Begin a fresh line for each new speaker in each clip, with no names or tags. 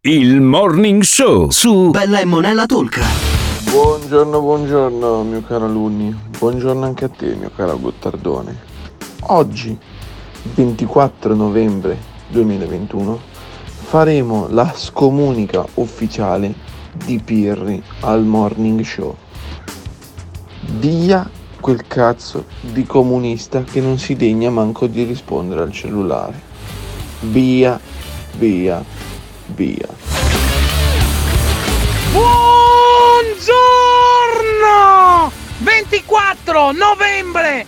Il Morning Show su
Bella e Monella Talk.
Buongiorno mio caro alunni, buongiorno anche a te mio caro Gottardone. Oggi, 24 novembre 2021, faremo la scomunica ufficiale di Pirri al Morning Show. Via quel cazzo di comunista che non si degna manco di rispondere al cellulare. Via.
Buongiorno! 24 novembre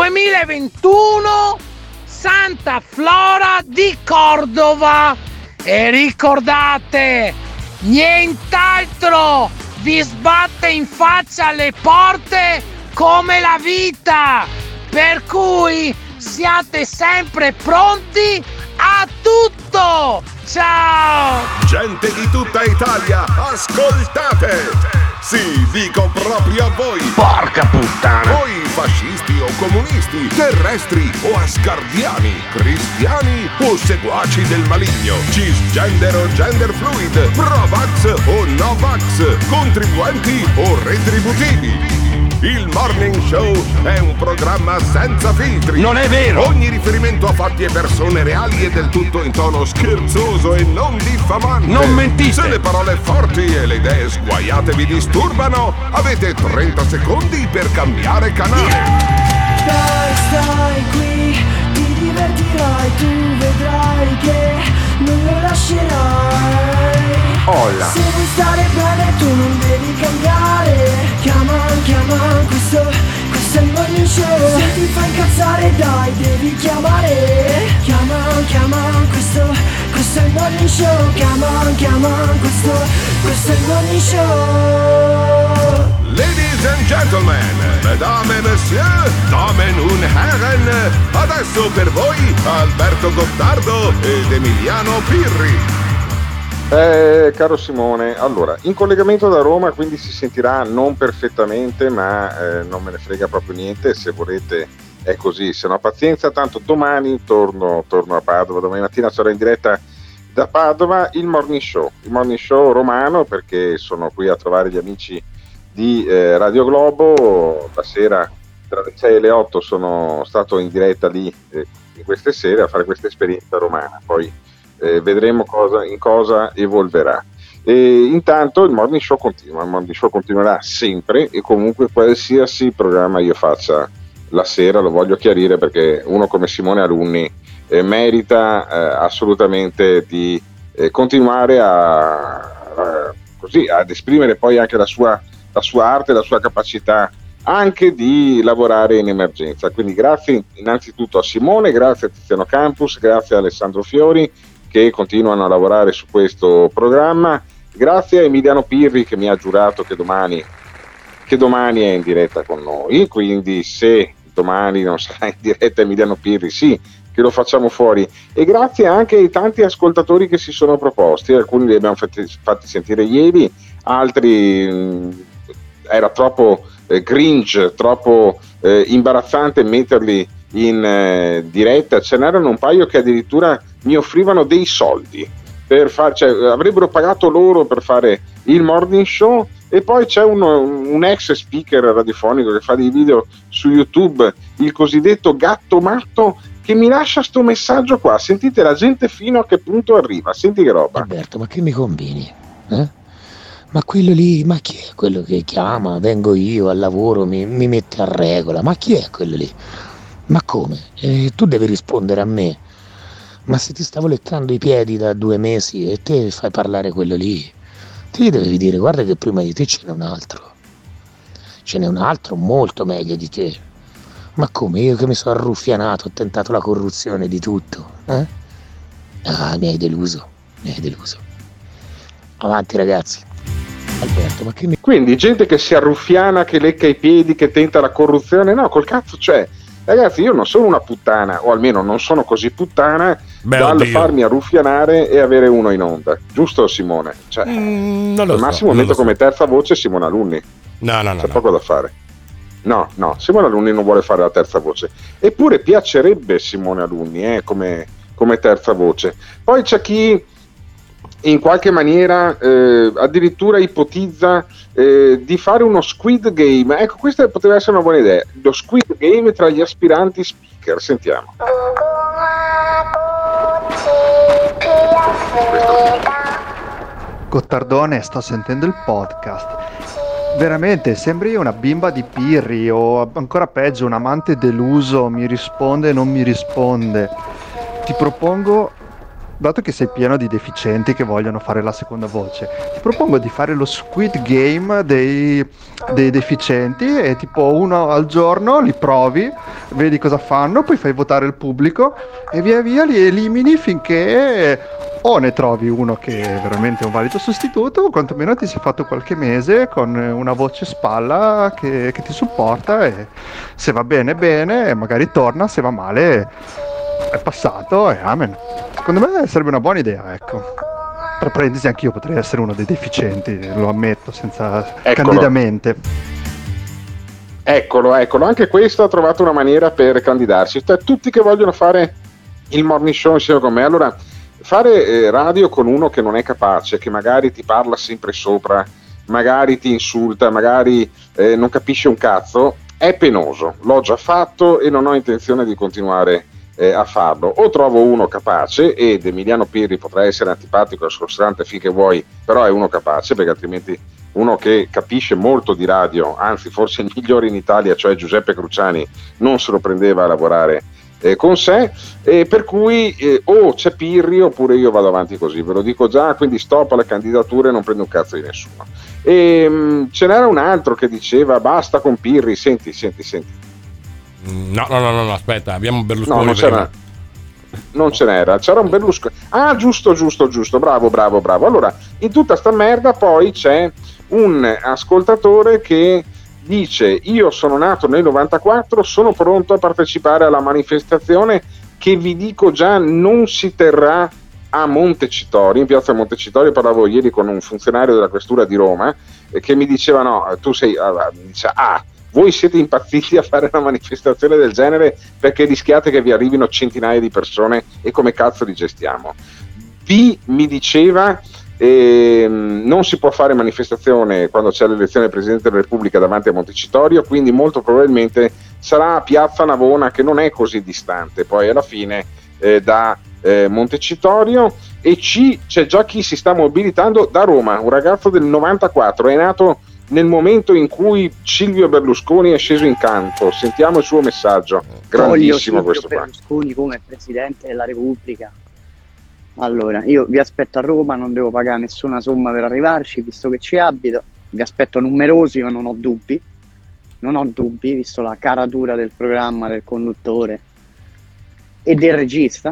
2021, Santa Flora di Cordova. E ricordate, nient'altro vi sbatte in faccia le porte come la vita, per cui siate sempre pronti a tutto. Ciao!
Gente di tutta Italia, ascoltate! Sì, dico proprio a voi!
Porca puttana!
Voi fascisti o comunisti, terrestri o asgardiani, cristiani o seguaci del maligno, cisgender o gender fluid, pro-vax o no-vax, contribuenti o retributivi. Il Morning Show è un programma senza filtri.
Non è vero!
Ogni riferimento a fatti e persone reali è del tutto in tono scherzoso e non diffamante.
Non mentite!
Se le parole forti e le idee sguaiate vi disturbano, avete 30 secondi per cambiare canale.
Dai, stai qui, ti divertirai, tu vedrai che non lo lascerai.
Olla.
Se vuoi stare bene tu non devi cambiare. Chiama, questo è il Morning Show. Se ti fa incazzare dai, devi chiamare. Chiama, questo è il Morning Show. Chiama, questo è il Morning Show.
Ladies and gentlemen, mesdames et messieurs, damen und herren, adesso per voi Alberto Gottardo ed Emiliano Pirri.
Caro Simone, allora, in collegamento da Roma, quindi si sentirà non perfettamente, ma non me ne frega proprio niente, se volete è così, se no pazienza, tanto domani torno a Padova, domani mattina sarò in diretta da Padova, il Morning Show romano, perché sono qui a trovare gli amici di Radio Globo. La sera tra le 6 e le 8 sono stato in diretta lì in queste sere a fare questa esperienza romana, poi vedremo in cosa evolverà. E intanto il Morning Show continuerà sempre e comunque qualsiasi programma io faccia la sera, lo voglio chiarire perché uno come Simone Alunni merita assolutamente di continuare ad esprimere poi anche la sua arte, la sua capacità anche di lavorare in emergenza. Quindi grazie innanzitutto a Simone, grazie a Tiziano Campus, grazie a Alessandro Fiori che continuano a lavorare su questo programma, grazie a Emiliano Pirri che mi ha giurato che domani è in diretta con noi, quindi se domani non sarà in diretta Emiliano Pirri, sì, che lo facciamo fuori, e grazie anche ai tanti ascoltatori che si sono proposti, alcuni li abbiamo fatti sentire ieri, altri era troppo cringe, troppo imbarazzante metterli in diretta, ce n'erano un paio che addirittura mi offrivano dei soldi per avrebbero pagato loro per fare il Morning Show. E poi c'è un ex speaker radiofonico che fa dei video su YouTube, il cosiddetto gatto matto, che mi lascia sto messaggio qua, sentite la gente fino a che punto arriva, senti che roba.
Alberto, ma che mi combini? Ma quello lì, ma chi è quello che chiama? Vengo io al lavoro, mi mette a regola, ma chi è quello lì? Ma come? Tu devi rispondere a me. Ma se ti stavo leccando i piedi da 2 mesi e te fai parlare quello lì, te gli devi dire guarda che prima di te ce n'è un altro molto meglio di te. Ma come? Io che mi sono arruffianato, ho tentato la corruzione di tutto, mi hai deluso. Avanti ragazzi. Alberto, ma che
Quindi gente che si arruffiana, che lecca i piedi, che tenta la corruzione, no, col cazzo c'è. Ragazzi, io non sono una puttana, o almeno non sono così puttana da farmi arruffianare e avere uno in onda. Giusto Simone?
Non lo
al massimo metto come terza voce Simone Alunni.
No.
C'è poco da fare. No, Simone Alunni non vuole fare la terza voce. Eppure piacerebbe Simone Alunni come terza voce. Poi c'è chi in qualche maniera addirittura ipotizza di fare uno Squid Game. Ecco, questa poteva essere una buona idea, lo Squid Game tra gli aspiranti speaker. Sentiamo.
Gottardone, sto sentendo il podcast. Veramente sembri una bimba di Pirri, o ancora peggio un amante deluso, mi risponde e non mi risponde. Ti propongo, dato che sei pieno di deficienti che vogliono fare la seconda voce, ti propongo di fare lo Squid Game dei deficienti, e tipo uno al giorno li provi, vedi cosa fanno, poi fai votare il pubblico e via via li elimini finché o ne trovi uno che è veramente un valido sostituto, o quantomeno ti sei fatto qualche mese con una voce spalla che ti supporta, e se va bene bene, magari torna, se va male è passato e amen. Secondo me sarebbe una buona idea, ecco. Per parentesi, anch'io potrei essere uno dei deficienti, lo ammetto, senza candidamente.
Eccolo, anche questo ha trovato una maniera per candidarsi. Cioè, tutti che vogliono fare il morning show insieme con me. Allora, fare radio con uno che non è capace, che magari ti parla sempre sopra, magari ti insulta, magari non capisce un cazzo, è penoso. L'ho già fatto e non ho intenzione di continuare a farlo. O trovo uno capace, ed Emiliano Pirri potrà essere antipatico e scostante finché vuoi, però è uno capace, perché altrimenti uno che capisce molto di radio, anzi forse il migliore in Italia, cioè Giuseppe Cruciani, non se lo prendeva a lavorare con sé, per cui o c'è Pirri oppure io vado avanti così, ve lo dico già, quindi stop alle candidature, non prendo un cazzo di nessuno. Ce n'era un altro che diceva basta con Pirri. Senti.
No, aspetta, abbiamo Berlusconi.
No, non ce n'era, c'era un Berlusconi. Ah, giusto, bravo. Allora, in tutta sta merda poi c'è un ascoltatore che dice: io sono nato nel 94, sono pronto a partecipare alla manifestazione che vi dico già non si terrà a Montecitorio, in piazza Montecitorio. Parlavo ieri con un funzionario della questura di Roma che mi diceva voi siete impazziti a fare una manifestazione del genere perché rischiate che vi arrivino centinaia di persone, e come cazzo li gestiamo? Mi diceva non si può fare manifestazione quando c'è l'elezione del Presidente della Repubblica davanti a Montecitorio, quindi molto probabilmente sarà a Piazza Navona, che non è così distante poi alla fine da Montecitorio, e c'è già chi si sta mobilitando da Roma, un ragazzo del 94, è nato nel momento in cui Silvio Berlusconi è sceso in campo. Sentiamo il suo messaggio, grandissimo questo qua.
Berlusconi come Presidente della Repubblica. Allora, io vi aspetto a Roma, non devo pagare nessuna somma per arrivarci, visto che ci abito. Vi aspetto numerosi, ma non ho dubbi, visto la caratura del programma, del conduttore e del regista.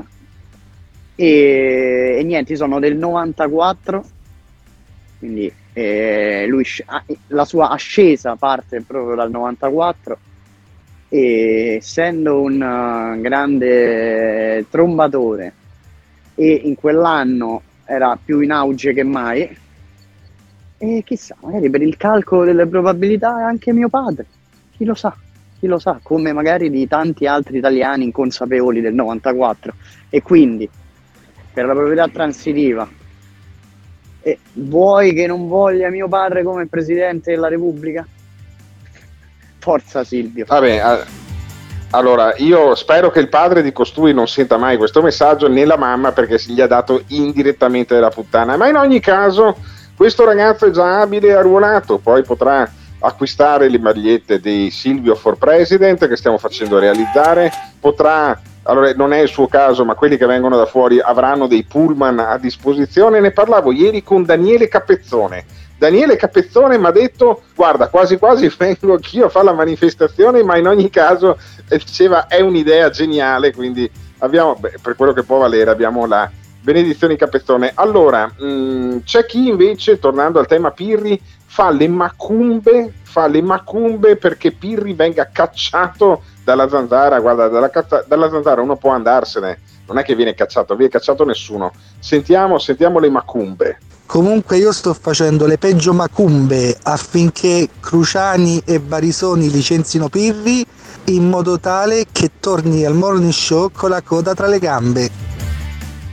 E niente, sono del 94, quindi la sua ascesa parte proprio dal 94, e essendo un grande trombatore e in quell'anno era più in auge che mai, e chissà, magari per il calcolo delle probabilità è anche mio padre, chi lo sa, come magari di tanti altri italiani inconsapevoli del 94. E quindi per la proprietà transitiva, e vuoi che non voglia mio padre come Presidente della Repubblica? Forza Silvio.
Vabbè, allora io spero che il padre di costui non senta mai questo messaggio, né la mamma, perché gli ha dato indirettamente della puttana, ma in ogni caso questo ragazzo è già abile e arruolato, poi potrà acquistare le magliette dei Silvio for President che stiamo facendo realizzare, allora non è il suo caso, ma quelli che vengono da fuori avranno dei pullman a disposizione. Ne parlavo ieri con Daniele Capezzone mi ha detto: guarda, quasi vengo anch'io a fare la manifestazione, ma in ogni caso diceva è un'idea geniale, quindi abbiamo, per quello che può valere, abbiamo la benedizione di Capezzone. Allora, c'è chi invece, tornando al tema Pirri, fa le macumbe perché Pirri venga cacciato dalla Zanzara. Guarda, dalla Zanzara uno può andarsene, non è che viene cacciato nessuno. Sentiamo le macumbe.
Comunque io sto facendo le peggio macumbe affinché Cruciani e Barisoni licenzino Pirri, in modo tale che torni al morning show con la coda tra le gambe.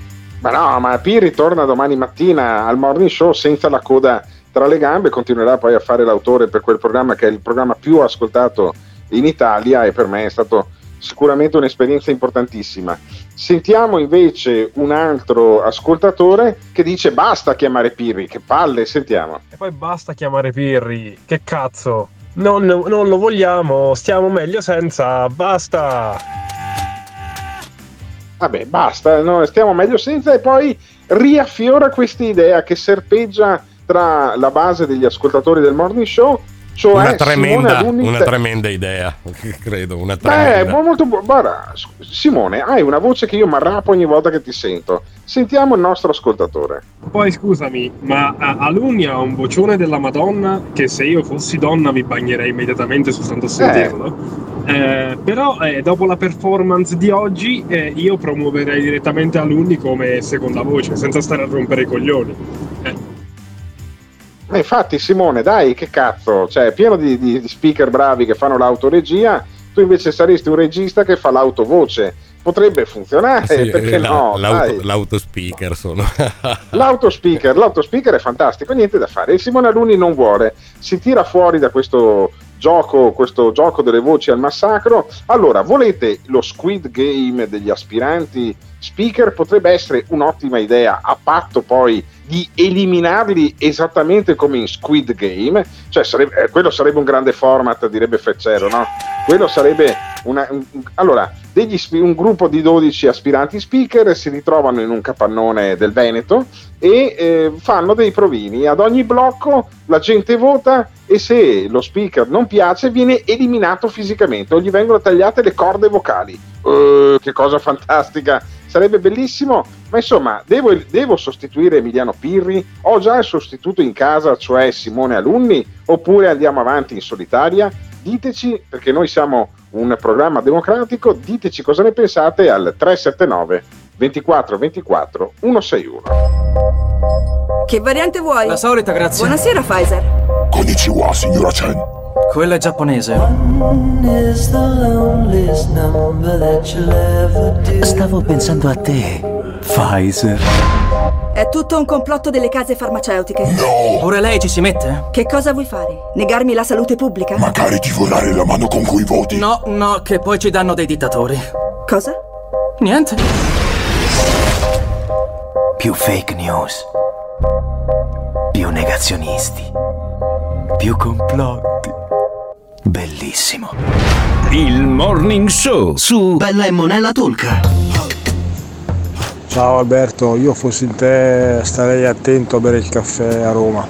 Ma no, ma Pirri torna domani mattina al Morning Show senza la coda tra le gambe, continuerà poi a fare l'autore per quel programma che è il programma più ascoltato in Italia, e per me è stato sicuramente un'esperienza importantissima. Sentiamo invece un altro ascoltatore che dice basta chiamare Pirri, che palle, sentiamo.
E poi basta chiamare Pirri, che cazzo, non lo vogliamo, stiamo meglio senza, basta.
Vabbè, basta, no, stiamo meglio senza, e poi riaffiora questa idea che serpeggia tra la base degli ascoltatori del Morning Show, cioè
una tremenda idea, credo, una tremenda.
Molto guarda, Simone, hai una voce che io mi arrappo ogni volta che ti sento. Sentiamo il nostro ascoltatore.
Poi scusami, ma Alunni ha un vocione della Madonna che se io fossi donna mi bagnerei immediatamente soltanto a sentirlo. Però dopo la performance di oggi io promuoverei direttamente Alunni come seconda voce, senza stare a rompere i coglioni.
Infatti Simone, dai, che cazzo, cioè è pieno di speaker bravi che fanno l'autoregia, tu invece saresti un regista che fa l'autovoce. Potrebbe funzionare,
sì,
perché no?
L'autospeaker sono.
L'autospeaker è fantastico, niente da fare. E Simone Alunni non vuole, si tira fuori da questo gioco delle voci al massacro. Allora, volete lo Squid Game degli aspiranti speaker? Potrebbe essere un'ottima idea, a patto poi di eliminarli esattamente come in Squid Game, cioè quello sarebbe un grande format, direbbe Freccero, no? Quello sarebbe un gruppo di 12 aspiranti speaker si ritrovano in un capannone del Veneto e fanno dei provini. Ad ogni blocco la gente vota e se lo speaker non piace viene eliminato fisicamente o gli vengono tagliate le corde vocali. Che cosa fantastica, sarebbe bellissimo. Ma insomma, devo sostituire Emiliano Pirri? Ho già il sostituto in casa, cioè Simone Alunni, oppure andiamo avanti in solitaria? Diteci, perché noi siamo un programma democratico, diteci cosa ne pensate al 379 24 24 161.
Che variante vuoi?
La solita, grazie.
Buonasera, Pfizer.
Konnichiwa, signora Chen. Quella è giapponese.
Stavo pensando a te, Pfizer.
È tutto un complotto delle case farmaceutiche.
No! Pure lei ci si mette?
Che cosa vuoi fare? Negarmi la salute pubblica?
Magari divorare la mano con cui voti. No, che poi ci danno dei dittatori.
Cosa?
Niente.
Più fake news. Più negazionisti. Più complotti. Bellissimo.
Il Morning Show su
Bella e Monella Talk.
Ciao Alberto, io fossi in te starei attento a bere il caffè a Roma.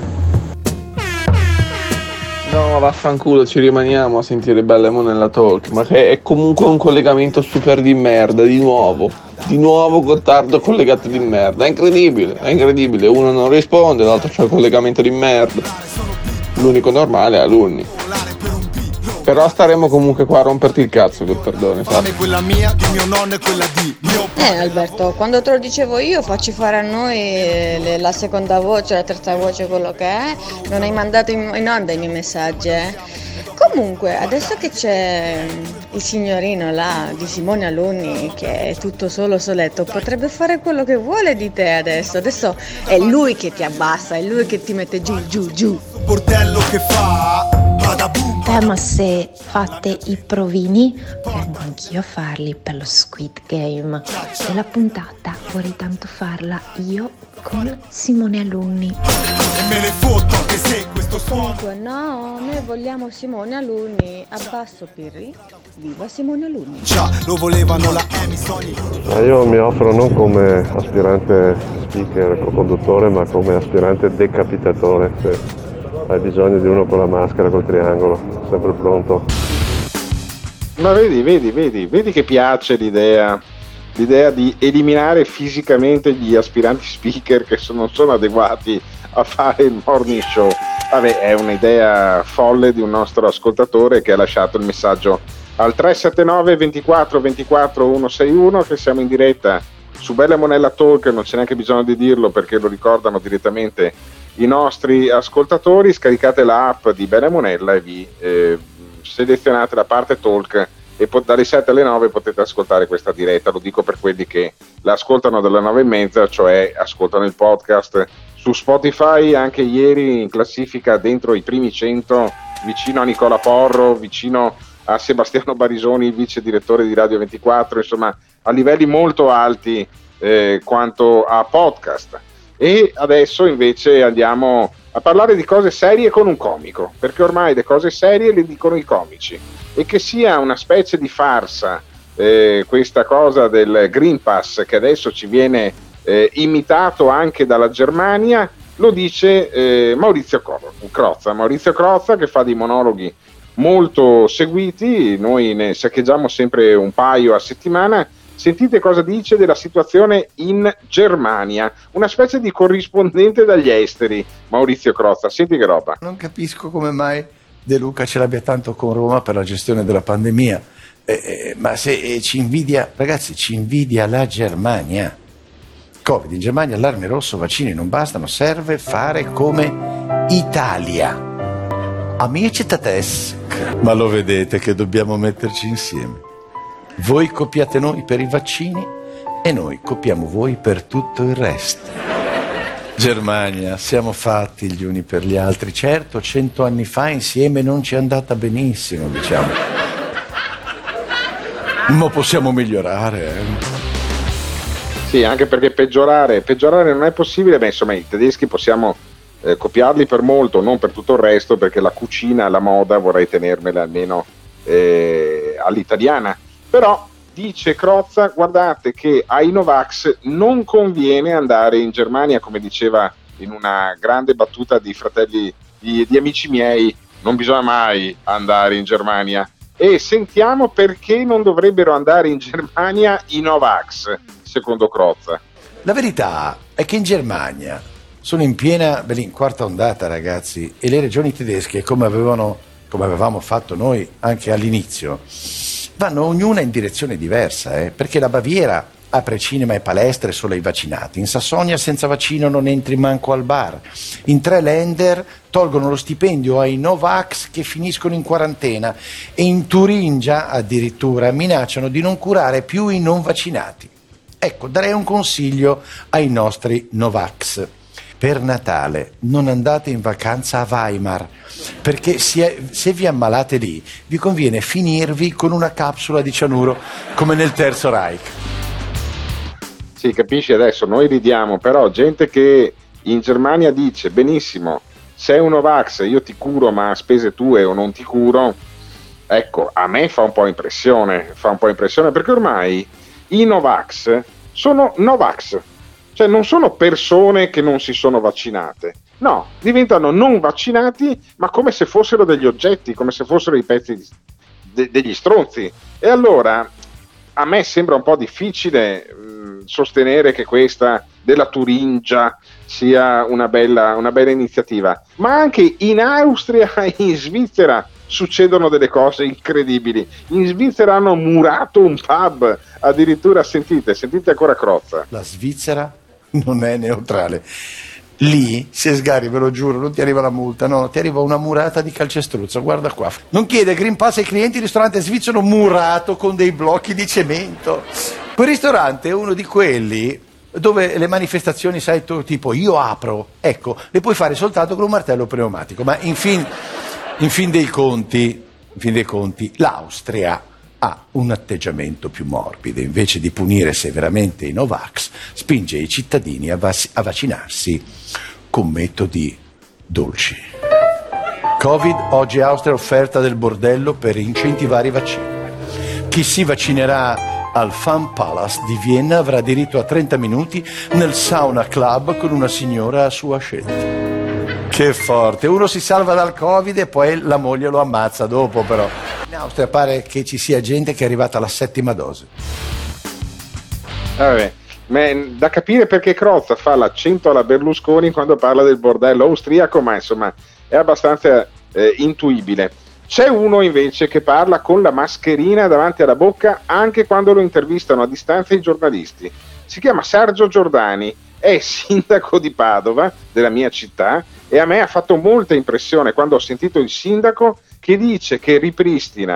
No, vaffanculo, ci rimaniamo a sentire Bella e Monella Talk, ma che è comunque un collegamento super di merda, di nuovo Gottardo collegato di merda, è incredibile, uno non risponde, l'altro c'ha il collegamento di merda, l'unico normale è Alunni. Però staremo comunque qua a romperti il cazzo, Gottardone.
Quella mia, di mio nonno e quella di mio
Alberto, quando te lo dicevo io, facci fare a noi la seconda voce, la terza voce, quello che è. Non hai mandato in onda i miei messaggi, Comunque, adesso che c'è il signorino là di Simone Alunni che è tutto soletto, potrebbe fare quello che vuole di te adesso. Adesso è lui che ti abbassa, è lui che ti mette giù.
Bordello che fa.
Ma se fate i provini, vengo anch'io a farli per lo Squid Game. E la puntata vorrei tanto farla io con Simone Alunni.
E me ne fotto anche se questo suono.
No, noi vogliamo Simone Alunni. Abbasso Pirri, viva Simone Alunni.
Già, lo volevano la sogni.
Io mi offro non come aspirante speaker o conduttore, ma come aspirante decapitatore. Se hai bisogno di uno con la maschera, col triangolo, sempre pronto.
Ma vedi che piace l'idea di eliminare fisicamente gli aspiranti speaker che non sono adeguati a fare il morning show. Vabbè, è un'idea folle di un nostro ascoltatore che ha lasciato il messaggio al 379 24 24 161, che siamo in diretta su Bella e Monella Talk, non c'è neanche bisogno di dirlo perché lo ricordano direttamente i nostri ascoltatori. Scaricate la app di Bella e Monella e vi selezionate la parte talk e dalle 7 alle 9 potete ascoltare questa diretta. Lo dico per quelli che la ascoltano dalle 9:30, cioè ascoltano il podcast su Spotify. Anche ieri in classifica dentro i primi 100, vicino a Nicola Porro, vicino a Sebastiano Barisoni, il vice direttore di Radio 24, insomma a livelli molto alti quanto a podcast. E adesso invece andiamo a parlare di cose serie con un comico, perché ormai le cose serie le dicono i comici, e che sia una specie di farsa questa cosa del Green Pass che adesso ci viene imitato anche dalla Germania, lo dice Maurizio Crozza, che fa dei monologhi molto seguiti. Noi ne saccheggiamo sempre un paio a settimana. Sentite cosa dice della situazione in Germania, una specie di corrispondente dagli esteri, Maurizio Crozza. Senti che roba.
Non capisco come mai De Luca ce l'abbia tanto con Roma per la gestione della pandemia, ma se ci invidia, ragazzi, ci invidia la Germania. Covid in Germania, allarme rosso, vaccini non bastano, serve fare come Italia. Amici tedeschi, ma lo vedete che dobbiamo metterci insieme. Voi copiate noi per i vaccini e noi copiamo voi per tutto il resto. Germania, siamo fatti gli uni per gli altri. Certo, 100 anni fa insieme non ci è andata benissimo, diciamo. Ma possiamo migliorare,
Sì, anche perché peggiorare non è possibile. Beh, insomma, i tedeschi possiamo copiarli per molto, non per tutto il resto, perché la cucina, la moda vorrei tenermela almeno all'italiana. Però dice Crozza, guardate che ai Novax non conviene andare in Germania, come diceva in una grande battuta di fratelli di amici miei, non bisogna mai andare in Germania. E sentiamo perché non dovrebbero andare in Germania i Novax, secondo Crozza.
La verità è che in Germania sono in piena quarta ondata, ragazzi, e le regioni tedesche, come avevamo fatto noi anche all'inizio, vanno ognuna in direzione diversa, perché la Baviera apre cinema e palestre solo ai vaccinati, in Sassonia senza vaccino non entri manco al bar, in 3 Länder tolgono lo stipendio ai Novax che finiscono in quarantena, e in Turingia addirittura minacciano di non curare più i non vaccinati. Ecco, darei un consiglio ai nostri Novax. Per Natale non andate in vacanza a Weimar, perché se vi ammalate lì vi conviene finirvi con una capsula di cianuro come nel Terzo Reich.
Sì, capisci, adesso noi ridiamo, però gente che in Germania dice benissimo, sei un Novax, io ti curo ma a spese tue o non ti curo, ecco, a me fa un po' impressione, perché ormai i Novax sono Novax. Cioè non sono persone che non si sono vaccinate, no, diventano non vaccinati, ma come se fossero degli oggetti, come se fossero i pezzi degli stronzi. E allora a me sembra un po' difficile sostenere che questa della Turingia sia una bella iniziativa, ma anche in Austria e in Svizzera succedono delle cose incredibili. In Svizzera hanno murato un pub, addirittura sentite ancora Crozza.
La Svizzera non è neutrale. Lì, se sgari, ve lo giuro, non ti arriva la multa, no, ti arriva una murata di calcestruzzo, guarda qua. Non chiede Green Pass ai clienti, il ristorante svizzero murato con dei blocchi di cemento. Quel ristorante è uno di quelli dove le manifestazioni, sai, tipo io apro, ecco, le puoi fare soltanto con un martello pneumatico, ma in fin dei conti, l'Austria ha un atteggiamento più morbido. Invece di punire severamente i Novax, spinge i cittadini a vaccinarsi con metodi dolci. Covid, oggi Austria offerta del bordello per incentivare i vaccini. Chi si vaccinerà al Fun Palace di Vienna avrà diritto a 30 minuti nel sauna club con una signora a sua scelta. Che forte, uno si salva dal Covid e poi la moglie lo ammazza dopo, però. In Austria pare che ci sia gente che è arrivata alla 7ª dose.
Vabbè, ma è da capire perché Crozza fa l'accento alla Berlusconi quando parla del bordello austriaco, ma insomma è abbastanza intuibile. C'è uno invece che parla con la mascherina davanti alla bocca anche quando lo intervistano a distanza i giornalisti. Si chiama Sergio Giordani, è sindaco di Padova, della mia città, e a me ha fatto molta impressione quando ho sentito il sindaco che dice che ripristina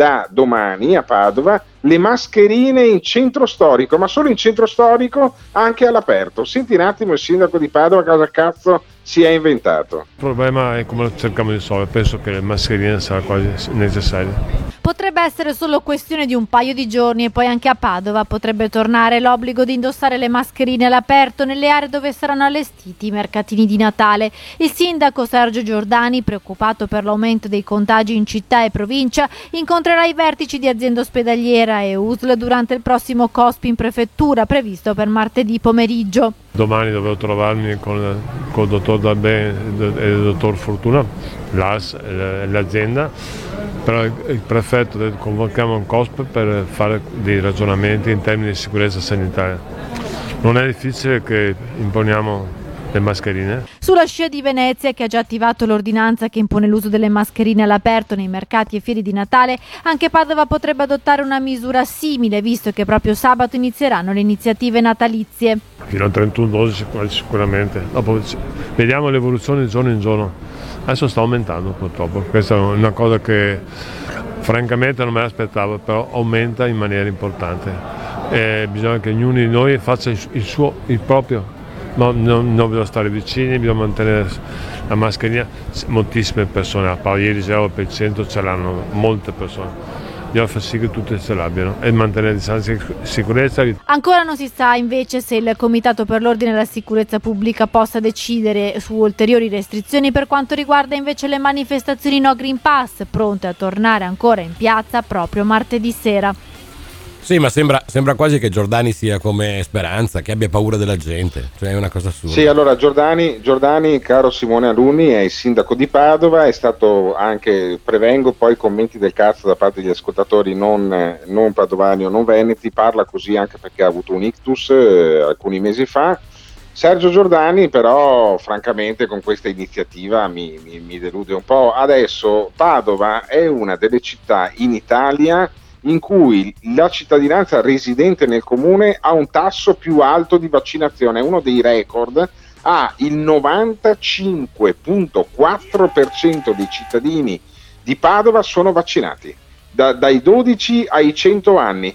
da domani a Padova le mascherine in centro storico, ma solo in centro storico, anche all'aperto. Senti un attimo il sindaco di Padova cosa cazzo si è inventato.
Il problema è come lo cerchiamo di risolvere, penso che le mascherine sarà quasi necessario.
Potrebbe essere solo questione di un paio di giorni e poi anche a Padova potrebbe tornare l'obbligo di indossare le mascherine all'aperto nelle aree dove saranno allestiti i mercatini di Natale. Il sindaco Sergio Giordani, preoccupato per l'aumento dei contagi in città e provincia, incontrerà i vertici di azienda ospedaliera e USL durante il prossimo COSP in prefettura, previsto per martedì pomeriggio.
Domani dovevo trovarmi con il dottor Dabè e il dottor Fortuna, l'AS e l'azienda, però il prefetto ha detto convochiamo un COSP per fare dei ragionamenti in termini di sicurezza sanitaria. Non è difficile che imponiamo le mascherine.
Sulla scia di Venezia, che ha già attivato l'ordinanza che impone l'uso delle mascherine all'aperto nei mercati e fiere di Natale, anche Padova potrebbe adottare una misura simile, visto che proprio sabato inizieranno le iniziative natalizie.
Fino al 31/12 sicuramente. Dopo vediamo l'evoluzione di giorno in giorno. Adesso sta aumentando purtroppo. Questa è una cosa che francamente non me l'aspettavo, però aumenta in maniera importante. Bisogna che ognuno di noi faccia il proprio. No, non bisogna stare vicini, bisogna mantenere la mascherina. Moltissime persone, a Paolo ieri giravo per il centro, ce l'hanno molte persone. Bisogna far sì che tutte ce l'abbiano e mantenere distanza e sicurezza.
Ancora non si sa invece se il Comitato per l'Ordine e la Sicurezza Pubblica possa decidere su ulteriori restrizioni per quanto riguarda invece le manifestazioni no Green Pass, pronte a tornare ancora in piazza proprio martedì sera.
Sì, ma sembra quasi che Giordani sia come Speranza, che abbia paura della gente, cioè è una cosa assurda.
Sì, allora Giordani, caro Simone Alunni, è il sindaco di Padova, è stato anche, prevengo poi commenti del cazzo da parte degli ascoltatori non padovani o non veneti, parla così anche perché ha avuto un ictus alcuni mesi fa. Sergio Giordani però francamente con questa iniziativa mi delude un po'. Adesso Padova è una delle città in Italia in cui la cittadinanza residente nel comune ha un tasso più alto di vaccinazione, è uno dei record, ha il 95.4% dei cittadini di Padova sono vaccinati, dai 12 ai 100 anni,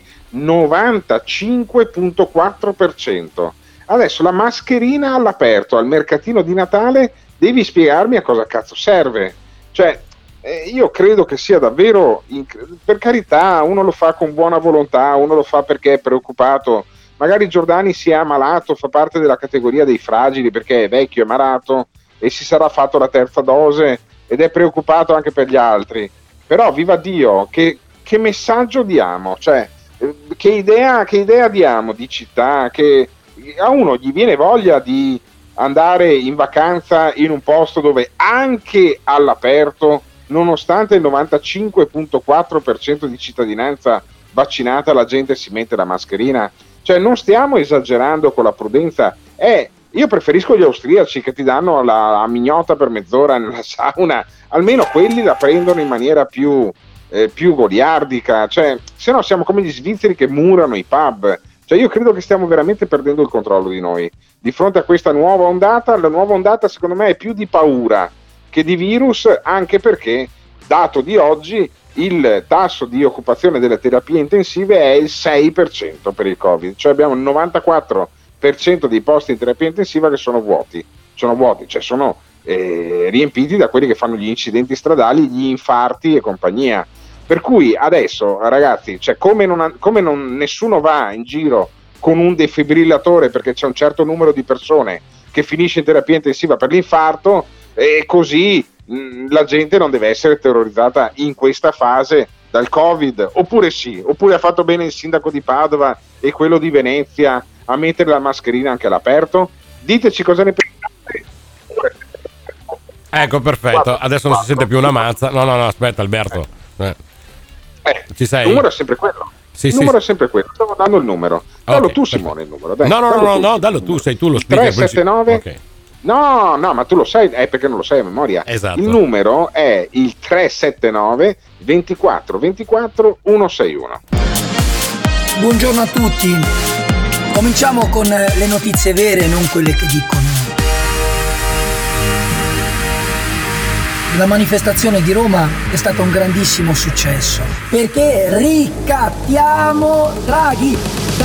95.4%. Adesso la mascherina all'aperto al mercatino di Natale, devi spiegarmi a cosa cazzo serve, cioè io credo che sia davvero, per carità, uno lo fa con buona volontà, uno lo fa perché è preoccupato, magari Giordani si è ammalato, fa parte della categoria dei fragili perché è vecchio, è malato e si sarà fatto la terza dose ed è preoccupato anche per gli altri, però viva Dio, che messaggio diamo, cioè che idea diamo di città, che a uno gli viene voglia di andare in vacanza in un posto dove anche all'aperto, nonostante il 95.4% di cittadinanza vaccinata, la gente si mette la mascherina, cioè non stiamo esagerando con la prudenza. Io preferisco gli austriaci che ti danno la mignotta per mezz'ora nella sauna, almeno quelli la prendono in maniera più goliardica, cioè se no siamo come gli svizzeri che murano i pub. Cioè io credo che stiamo veramente perdendo il controllo di noi di fronte a questa nuova ondata. La nuova ondata secondo me è più di paura che di virus, anche perché, dato di oggi, il tasso di occupazione delle terapie intensive è il 6% per il Covid, cioè abbiamo il 94% dei posti in terapia intensiva che sono vuoti, cioè sono riempiti da quelli che fanno gli incidenti stradali, gli infarti e compagnia. Per cui adesso, ragazzi, cioè come nessuno va in giro con un defibrillatore perché c'è un certo numero di persone che finisce in terapia intensiva per l'infarto, e così la gente non deve essere terrorizzata in questa fase dal Covid, oppure ha fatto bene il sindaco di Padova e quello di Venezia a mettere la mascherina anche all'aperto? Diteci cosa ne pensate.
Ecco, perfetto, adesso non si sente più una mazza. No, aspetta Alberto, ci sei?
Il numero è sempre quello.
Sì,
il numero è sempre quello. Stavo dando il numero. Dallo tu, Simone, il numero. Dai,
no, dallo tu, sei tu lo speaker.
379.
Okay.
No, ma tu lo sai, è perché non lo sai a memoria.
Esatto.
Il numero è il 379 24 24 161.
Buongiorno a tutti. Cominciamo con le notizie vere, non quelle che dicono
la manifestazione di Roma è stata un grandissimo successo, perché ricattiamo Draghi.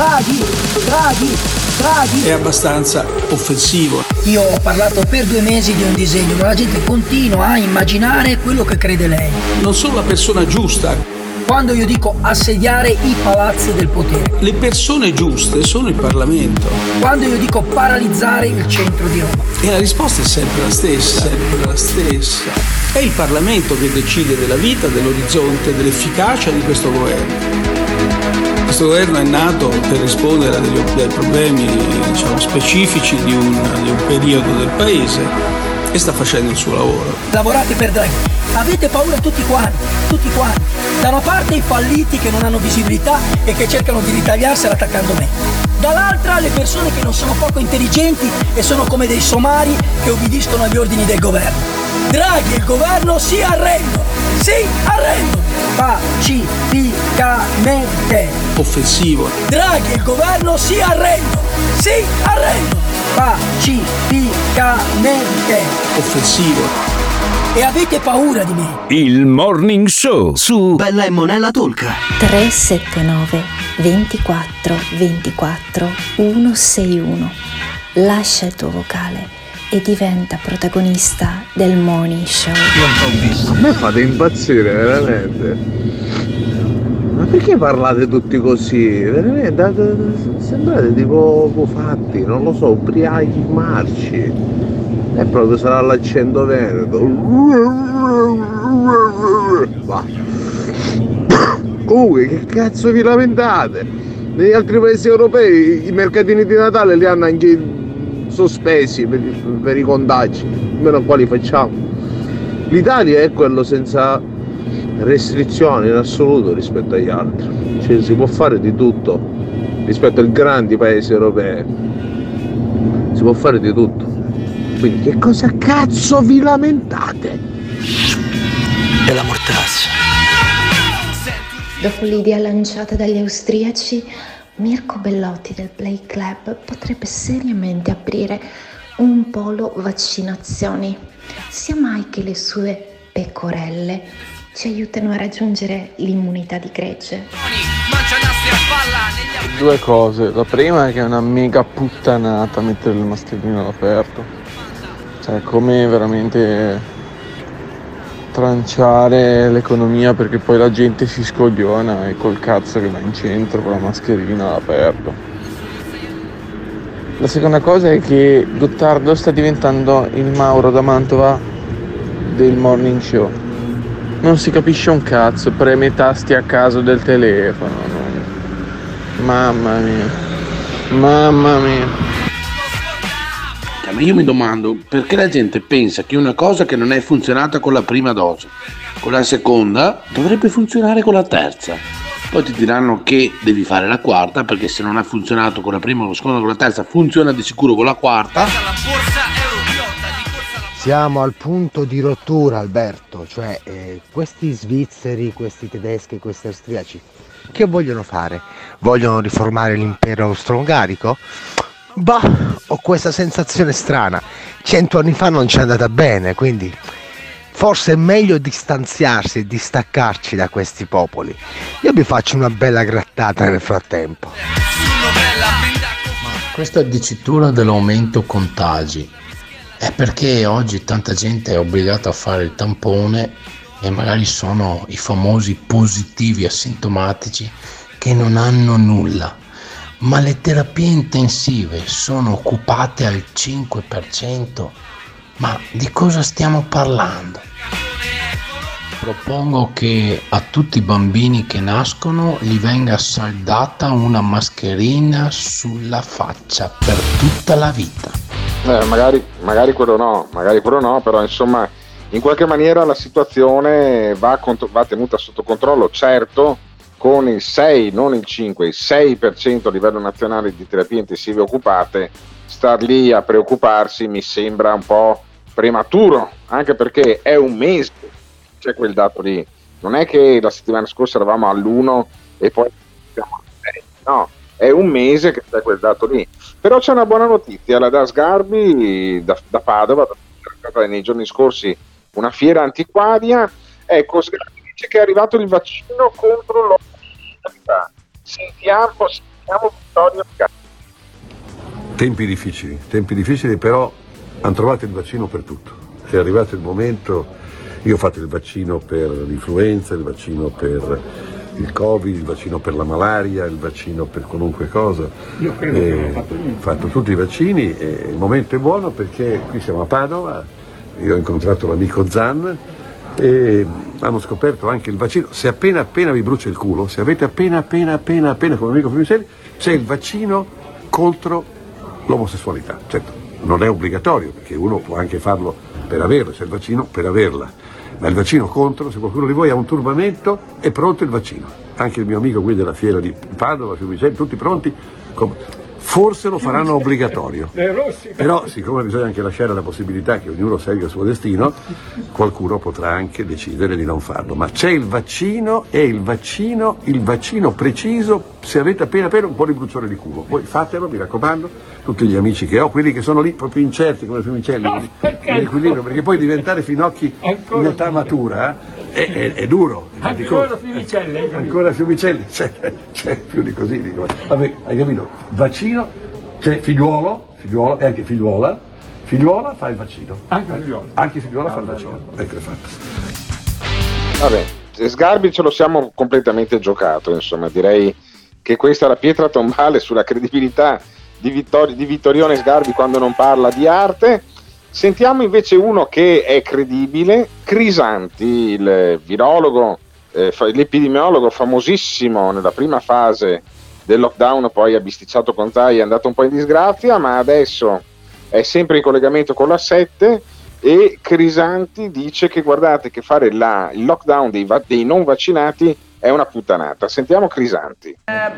È abbastanza offensivo.
Io ho parlato per 2 mesi di un disegno, ma la gente continua a immaginare quello che crede lei.
Non sono la persona giusta.
Quando io dico assediare i palazzi del potere.
Le persone giuste sono il Parlamento.
Quando io dico paralizzare il centro di Roma.
E la risposta è sempre la stessa. È il Parlamento che decide della vita, dell'orizzonte, dell'efficacia di questo governo. Questo governo è nato per rispondere ai problemi, diciamo, specifici di un periodo del Paese e sta facendo il suo lavoro.
Lavorate per Draghi. Avete paura tutti quanti. Da una parte i falliti che non hanno visibilità e che cercano di ritagliarsela attaccando me. Dall'altra le persone che non sono poco intelligenti e sono come dei somari che obbediscono agli ordini del governo. Draghi e il governo si arrendono. Pacificamente.
Offensivo.
Draghi e il governo si arrendono. Pacificamente.
Offensivo.
E avete paura di me.
Il Morning Show su
Bella e Monella Talk.
379 24 24 161. Lascia il tuo vocale e diventa protagonista del Morning Show.
A me fate impazzire, veramente. Ma perché parlate tutti così? Veramente, sembrate tipo fatti, non lo so, ubriachi marci. E proprio sarà l'accento veneto. Va. Comunque, che cazzo vi lamentate? Negli altri paesi europei i mercatini di Natale li hanno anche sospesi per i contagi, almeno qua li facciamo. L'Italia è quello senza restrizioni in assoluto rispetto agli altri, cioè si può fare di tutto rispetto ai grandi paesi europei, si può fare di tutto. Quindi che cosa cazzo vi lamentate?
È la mortazza.
Dopo l'idea lanciata dagli austriaci, Mirko Bellotti del Play Club potrebbe seriamente aprire un polo vaccinazioni. Sia mai che le sue pecorelle ci aiutano a raggiungere l'immunità di gregge.
2 cose. La prima è che è una mega puttanata mettere il mascherino all'aperto. Cioè, come veramente tranciare l'economia, perché poi la gente si scogliona e col cazzo che va in centro con la mascherina all'aperto. La seconda cosa è che Gottardo sta diventando il Mauro da Mantova del Morning Show. Non si capisce un cazzo, preme i tasti a caso del telefono. Mamma mia.
Ma io mi domando perché la gente pensa che una cosa che non è funzionata con la prima dose, con la seconda, dovrebbe funzionare con la terza. Poi ti diranno che devi fare la quarta, perché se non ha funzionato con la prima, con la seconda, con la terza, funziona di sicuro con la quarta.
Siamo al punto di rottura, Alberto, cioè questi svizzeri, questi tedeschi, questi austriaci, che vogliono fare? Vogliono riformare l'impero austro-ungarico? Bah, ho questa sensazione strana. 100 anni fa non ci è andata bene, quindi forse è meglio distanziarsi e distaccarci da questi popoli. Io vi faccio una bella grattata nel frattempo.
Questa dicitura dell'aumento contagi è perché oggi tanta gente è obbligata a fare il tampone e magari sono i famosi positivi asintomatici che non hanno nulla. Ma le terapie intensive sono occupate al 5%? Ma di cosa stiamo parlando? Propongo che a tutti i bambini che nascono gli venga saldata una mascherina sulla faccia per tutta la vita.
Magari quello no, però insomma in qualche maniera la situazione va tenuta sotto controllo, certo. Con il 6, non il 5, il 6% a livello nazionale di terapie intensive occupate, star lì a preoccuparsi mi sembra un po' prematuro, anche perché è un mese, c'è quel dato lì. Non è che la settimana scorsa eravamo all'1 e poi siamo al 6, no, è un mese che c'è quel dato lì. Però c'è una buona notizia, la Da Sgarbi da Padova, nei giorni scorsi una fiera antiquaria. Ecco, Sgarbi dice che è arrivato il vaccino contro l'omosessualità. Sentiamo Vittorio Sgarbi.
Tempi difficili, però hanno trovato il vaccino per tutto. È arrivato il momento, io ho fatto il vaccino per l'influenza, il vaccino per il Covid, il vaccino per la malaria, il vaccino per qualunque cosa.
Io credo che ho
fatto tutti i vaccini e il momento è buono perché qui siamo a Padova, io ho incontrato l'amico Zan e hanno scoperto anche il vaccino. Se appena vi brucia il culo, se avete appena come amico Frunicelli, c'è il vaccino contro l'omosessualità. Certo, non è obbligatorio perché uno può anche farlo per averlo, c'è il vaccino per averla. Ma il vaccino contro, se qualcuno di voi ha un turbamento, è pronto il vaccino. Anche il mio amico qui della fiera di Padova, Fiumicella, tutti pronti. Forse lo faranno obbligatorio. Però, siccome bisogna anche lasciare la possibilità che ognuno segua il suo destino, qualcuno potrà anche decidere di non farlo. Ma c'è il vaccino e il vaccino preciso, se avete appena un po' di bruciore di culo. Voi fatelo, mi raccomando. Tutti gli amici che ho, quelli che sono lì proprio incerti come Fiumicelli, nell'equilibrio, perché poi diventare finocchi in età matura è duro. Ancora Fiumicelli, c'è più di così. Dico. Vabbè, hai capito? Vaccino, c'è figliuolo e anche figliuola fa il vaccino. Anche figliuola fa il vaccino. Ecco, è fatto.
Vabbè, Sgarbi ce lo siamo completamente giocato, insomma, direi che questa è la pietra tombale sulla credibilità di Vittorione Sgarbi quando non parla di arte. Sentiamo invece uno che è credibile, Crisanti, il virologo, l'epidemiologo famosissimo nella prima fase del lockdown, poi ha bisticciato con Zai, è andato un po' in disgrazia, ma adesso è sempre in collegamento con la 7 e Crisanti dice che guardate che fare il lockdown dei non vaccinati è una puttanata. Sentiamo Crisanti.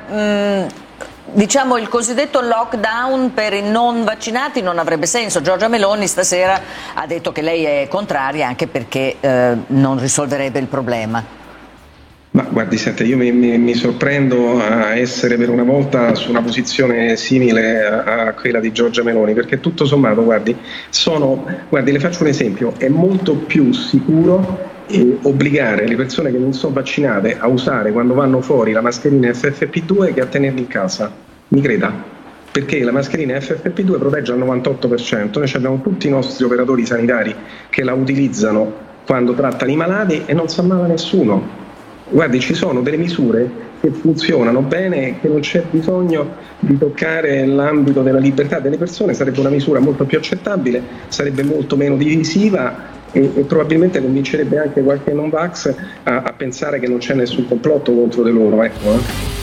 Diciamo il cosiddetto lockdown per i non vaccinati non avrebbe senso. Giorgia Meloni stasera ha detto che lei è contraria anche perché non risolverebbe il problema.
Ma guardi, senta, io mi sorprendo a essere per una volta su una posizione simile a quella di Giorgia Meloni, perché tutto sommato, guardi, le faccio un esempio, è molto più sicuro obbligare le persone che non sono vaccinate a usare quando vanno fuori la mascherina FFP2 che a tenerli in casa, mi creda, perché la mascherina FFP2 protegge al 98%, noi abbiamo tutti i nostri operatori sanitari che la utilizzano quando trattano i malati e non si ammala nessuno. Guardi, ci sono delle misure che funzionano bene, che non c'è bisogno di toccare l'ambito della libertà delle persone, sarebbe una misura molto più accettabile, sarebbe molto meno divisiva e probabilmente convincerebbe anche qualche non vax a pensare che non c'è nessun complotto contro di loro, ecco.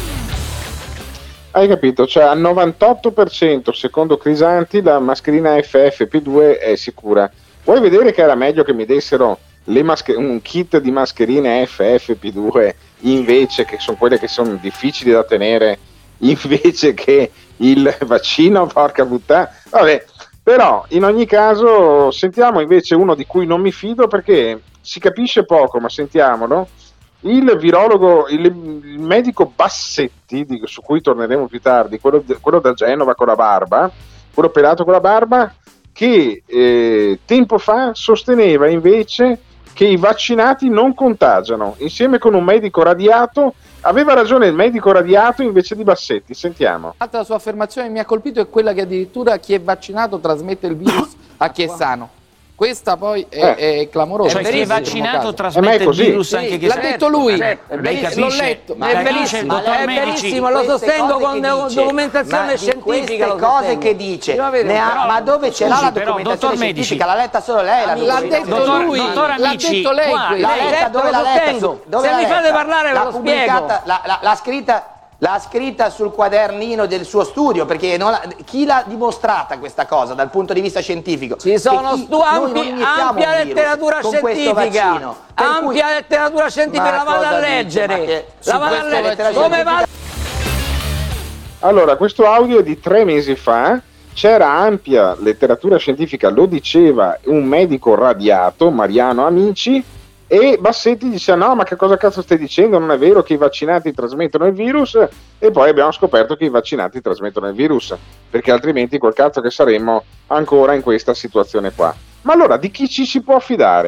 Hai capito? Cioè al 98% secondo Crisanti la mascherina FFP2 è sicura. Vuoi vedere che era meglio che mi dessero un kit di mascherine FFP2 invece, che sono quelle che sono difficili da tenere, invece che il vaccino, porca puttana? Vabbè. Però in ogni caso sentiamo invece uno di cui non mi fido perché si capisce poco, ma sentiamolo, il virologo, il medico Bassetti, su cui torneremo più tardi, quello da Genova con la barba, quello operato con la barba, che tempo fa sosteneva invece che i vaccinati non contagiano, insieme con un medico radiato. Aveva ragione il medico radiato invece di Bassetti, sentiamo.
L'altra sua affermazione che mi ha colpito è quella che addirittura chi è vaccinato trasmette il virus a chi è sano. Questa poi è clamorosa.
Cioè chi è vaccinato trasmette il virus anche chi è sano.
L'ha detto lui,
l'ho
letto,
è benissimo, lo sostengo con documentazione scientifica.
Queste cose che dice, ma dove ce l'ha la documentazione scientifica? L'ha letta solo lei?
L'ha detto lui,
dottor Amici,
l'ha detto lei.
Dove l'ha letta?
Se mi fate parlare ve lo spiego.
L'ha scritta sul quadernino del suo studio, perché chi l'ha dimostrata questa cosa dal punto di vista scientifico?
Ci sono ampia letteratura scientifica, letteratura scientifica, la vado a leggere. Come va?
Allora, questo audio è di 3 mesi fa, c'era ampia letteratura scientifica, lo diceva un medico radiato, Mariano Amici, e Bassetti dice no, ma che cosa cazzo stai dicendo, non è vero che i vaccinati trasmettono il virus, e poi abbiamo scoperto che i vaccinati trasmettono il virus, perché altrimenti col cazzo che saremmo ancora in questa situazione qua. Ma allora di chi ci si può fidare?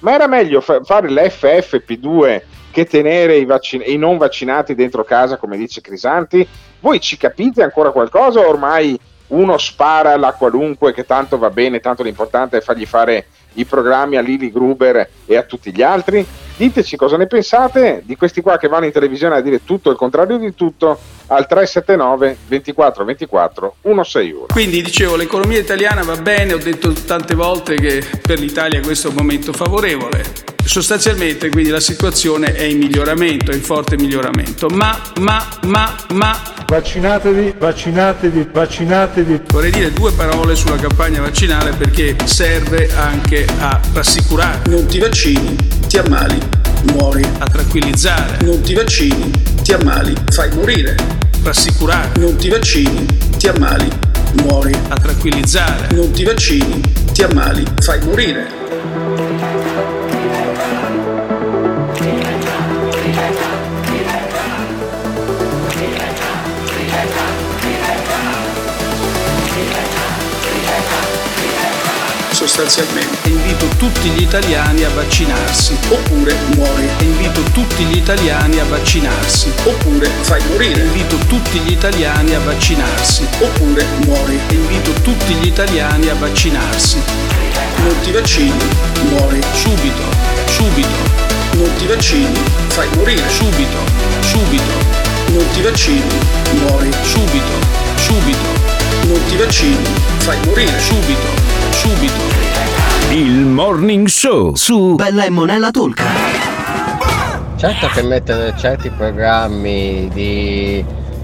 Ma era meglio fare l'FFP2 che tenere i non vaccinati dentro casa, come dice Crisanti? Voi ci capite ancora qualcosa o ormai uno spara alla qualunque che tanto va bene, tanto l'importante è fargli fare i programmi a Lili Gruber e a tutti gli altri? Diteci cosa ne pensate di questi qua che vanno in televisione a dire tutto il contrario di tutto al 379 24 24 161.
Quindi dicevo, l'economia italiana va bene, ho detto tante volte che per l'Italia questo è un momento favorevole. Sostanzialmente quindi la situazione è in miglioramento, è in forte miglioramento, ma
vaccinatevi.
Vorrei dire due parole sulla campagna vaccinale perché serve anche a rassicurare. Non ti vaccini, ti ammali, muori. A tranquillizzare. Non ti vaccini, ti ammali, fai morire. Rassicurare. Non ti vaccini, ti ammali, muori. A tranquillizzare. Non ti vaccini, ti ammali, fai morire. Sostanzialmente invito tutti gli italiani a vaccinarsi oppure muori. Invito tutti gli italiani a vaccinarsi oppure fai morire. Invito tutti gli italiani a vaccinarsi oppure muori. Invito tutti gli italiani a vaccinarsi. Non ti vaccini, muori subito. Non ti vaccini, fai morire subito. Non ti vaccini, muori subito. Non ti vaccini, fai morire subito.
Il Morning Show su
Bella e Monella Talk.
Certo che mettere certi programmi di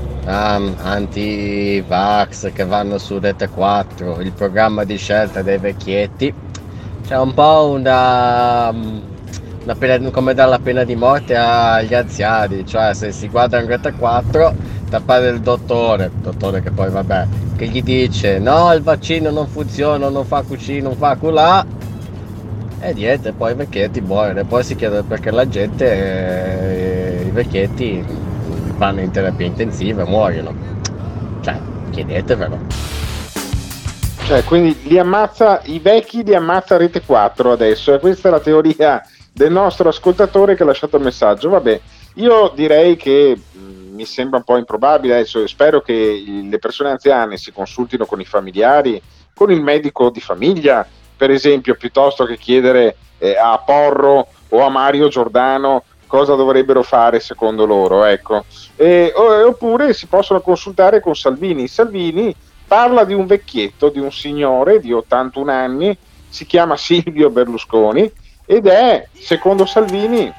anti-vax che vanno su Rete 4, il programma di scelta dei vecchietti, c'è un po' una pena, come dare la pena di morte agli anziani, cioè se si guarda in Rete 4 tappare il dottore che poi vabbè, che gli dice no, il vaccino non funziona, non fa cucì, non fa culà, e niente, poi i vecchietti muoiono, e poi si chiede perché la gente, i vecchietti vanno in terapia intensiva e muoiono, cioè chiedetevelo.
Cioè, quindi i vecchi li ammazza Rete 4 adesso, e questa è la teoria del nostro ascoltatore che ha lasciato il messaggio. Vabbè, io direi che mi sembra un po' improbabile, adesso spero che le persone anziane si consultino con i familiari, con il medico di famiglia, per esempio, piuttosto che chiedere a Porro o a Mario Giordano cosa dovrebbero fare secondo loro, ecco. Oppure si possono consultare con Salvini. Salvini parla di un vecchietto, di un signore di 81 anni, si chiama Silvio Berlusconi, ed è, secondo Salvini